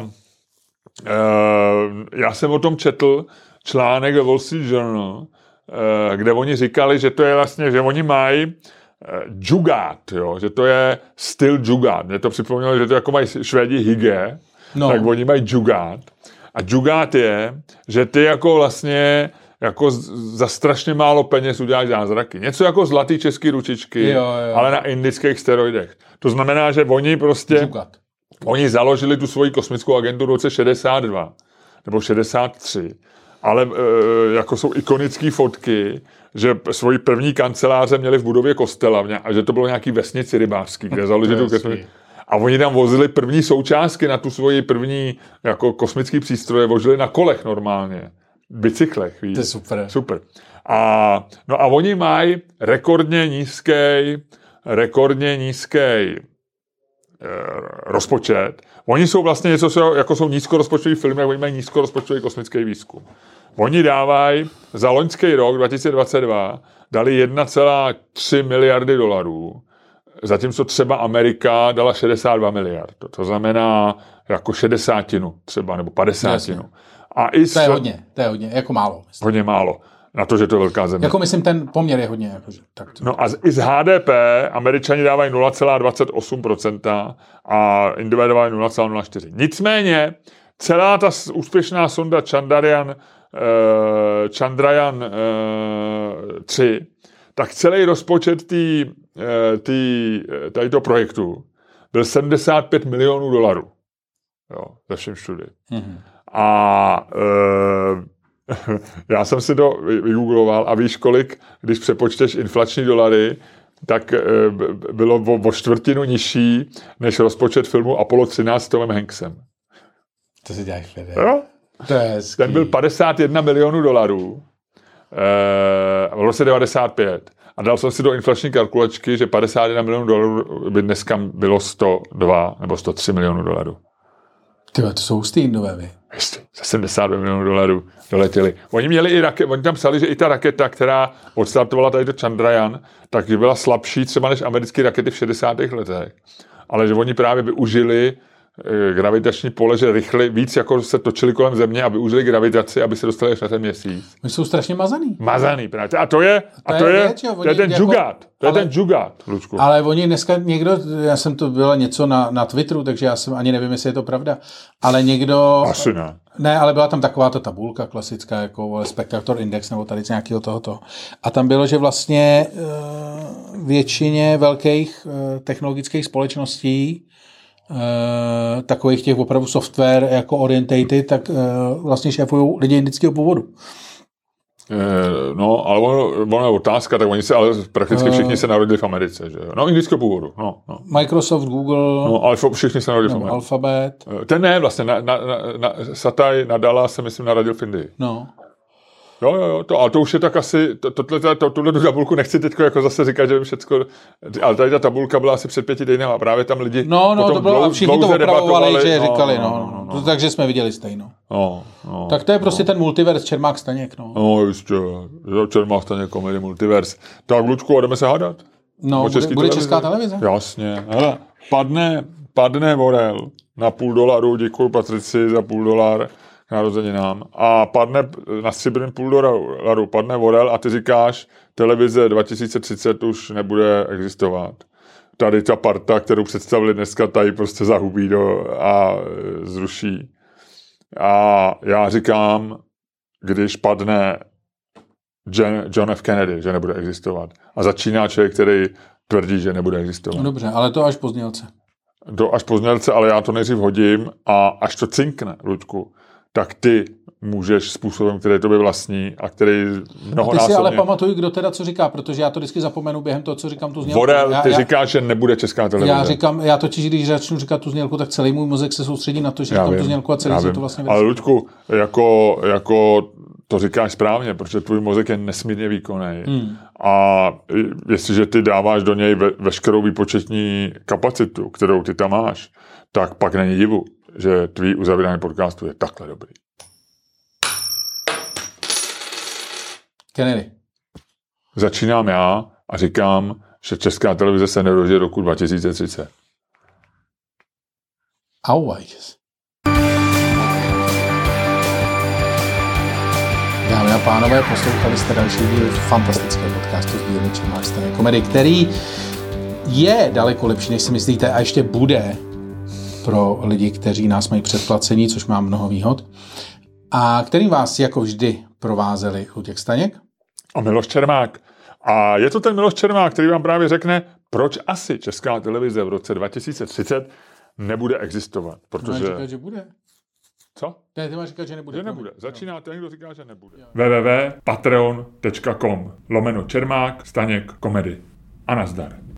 já jsem o tom četl článek ve Wall Street Journal, kde oni říkali, že to je vlastně, že oni mají džugát, jo, že to je styl džugát. Mě to připomnělo, že to jako mají Švédi hygge, tak oni mají džugát. A džugát je, že ty jako vlastně jako za strašně málo peněz uděláš zázraky. Něco jako zlatý český ručičky, ale na indických steroidech. To znamená, že oni prostě oni založili tu svoji kosmickou agenturu v roce 62 nebo 63. Ale jako jsou ikonické fotky, že svoji první kanceláře měli v budově kostela a že to bylo nějaký vesnici rybářský, kde založili a oni tam vozili první součástky na tu svoji první jako kosmický přístroje, vozili na kolech normálně. Bicyklech, víš. To je super. Super. A oni mají rekordně nízký rozpočet. Oni jsou vlastně něco, jako jsou nízkorozpočtový filmy, oni mají nízkorozpočtový kosmický výzkum. Oni dávají za loňský rok 2022 dali 1,3 miliardy dolarů, zatímco třeba Amerika dala 62 miliard. To znamená jako 60 třeba, nebo 50. A to je hodně, jako málo. Myslím. Hodně málo, na to, že to je velká země. Jako myslím, ten poměr je hodně. No a i z HDP Američani dávají 0,28% a Indové dávají 0,04%. Nicméně celá ta úspěšná sonda Chandrayaan 3, tak celý rozpočet tohoto projektu byl 75 milionů dolarů. Jo, ze všem všude. Mm-hmm. A já jsem si to vygoogloval a víš kolik, když přepočteš inflační dolary, tak bylo o čtvrtinu nižší než rozpočet filmu Apollo 13 s Tomem Hanksem. To si děláš fede. Jo? To je hezký. Ten byl 51 milionů dolarů v roce 95. A dal jsem si do inflační kalkulačky, že 51 milionů dolarů by dneska bylo 102 nebo 103 milionů dolarů. Tyhle, to jsou hustý Indové, vy. Za 72 milionů dolarů doletěli. Oni měli i oni tam psali, že i ta raketa, která odstartovala tady do Chandrayaan, tak byla slabší třeba než americké rakety v 60. letech. Ale že oni právě využili gravitační pole, že rychle víc jako se točili kolem Země a využili gravitaci, aby se dostali až na ten měsíc. Oni jsou strašně mazaný. Mazaný, právě. A to je ten džugát. To je ten džugát, Lučku. Ale oni dneska někdo, já jsem to bylo něco na Twitteru, takže já jsem ani nevím, jestli je to pravda, ale někdo... Asi ne. Ne, ale byla tam taková ta tabulka klasická, jako Spectator Index nebo tady z nějakého tohoto. A tam bylo, že vlastně většině velkých technologických společností takových těch opravdu software jako orientated, tak vlastně šéfují lidi indického původu. No, ale ono je otázka, tak oni se, ale prakticky všichni se narodili v Americe, že jo? No, indického původu, no. Microsoft, Google, no, ale všichni se narodili v Americe. Alphabet. Ten ne, vlastně, Satya Nadella se myslím narodil v Indii. No. Jo, ale to už je tak asi, tuhle tabulku nechci teď jako zase říkat, že vím všecko, ale tady ta tabulka byla asi před 5 týdny a právě tam lidi to bylo, a všichni to opravovali, že říkali, takže jsme viděli stejno. Tak to je prostě ten multivers Čermák Staněk, No, jistě, Čermák Staněk, komedy multivers. Tak, Lučku, jdeme se hádat? No, bude Česká televize? Jasně, hele, padne Vorel na $0,5, děkuji Patrici za $0,5 k narozeninám a padne na stříbrným $0,5, padne Vorel a ty říkáš, televize 2030 už nebude existovat. Tady ta parta, kterou představili dneska, tady prostě zahubí a zruší. A já říkám, když padne John F. Kennedy, že nebude existovat. A začíná člověk, který tvrdí, že nebude existovat. No dobře, ale to až pozdělce. Až pozdělce, ale já to nejdřív hodím a až to cinkne, Luďku, tak ty můžeš způsobem, který tobě vlastní a který mnohonásobně... A ty si ale pamatuj, kdo teda co říká, protože já to vždycky zapomenu během toho, co říkám tu znělku. Vorel, ty říkáš, že nebude Česká televize. Já totiž, když začnu říkat tu znělku, tak celý můj mozek se soustředí na to, že říkám tu znělku a celý se to vlastně věcí. Ale Luďku, jako to říkáš správně, protože tvůj mozek je nesmírně výkonný. A jestliže ty dáváš do něj veškerou výpočetní kapacitu, kterou ty tam máš, tak pak není divu, že tvý uzavírání podcastu je takhle dobrý. Kennedy. Začínám já a říkám, že Česká televize se nedožije roku 2030. Auweis. Dámy a pánové, poslouchali jste další díl fantastického podcastu z dílny Čermák Staněk komedy, který je daleko lepší, než si myslíte, a ještě bude pro lidi, kteří nás mají předplacení, což má mnoho výhod, a kterým vás jako vždy provázeli Luděk Staněk a Miloš Čermák. A je to ten Miloš Čermák, který vám právě řekne, proč asi Česká televize v roce 2030 nebude existovat. Protože... Máš říkat, že bude. Co? Ne, ty máš říkat, že nebude. Že nebude. Začíná ten, kdo říká, že nebude. www.patreon.com/Čermák Staněk komedy. A nazdar.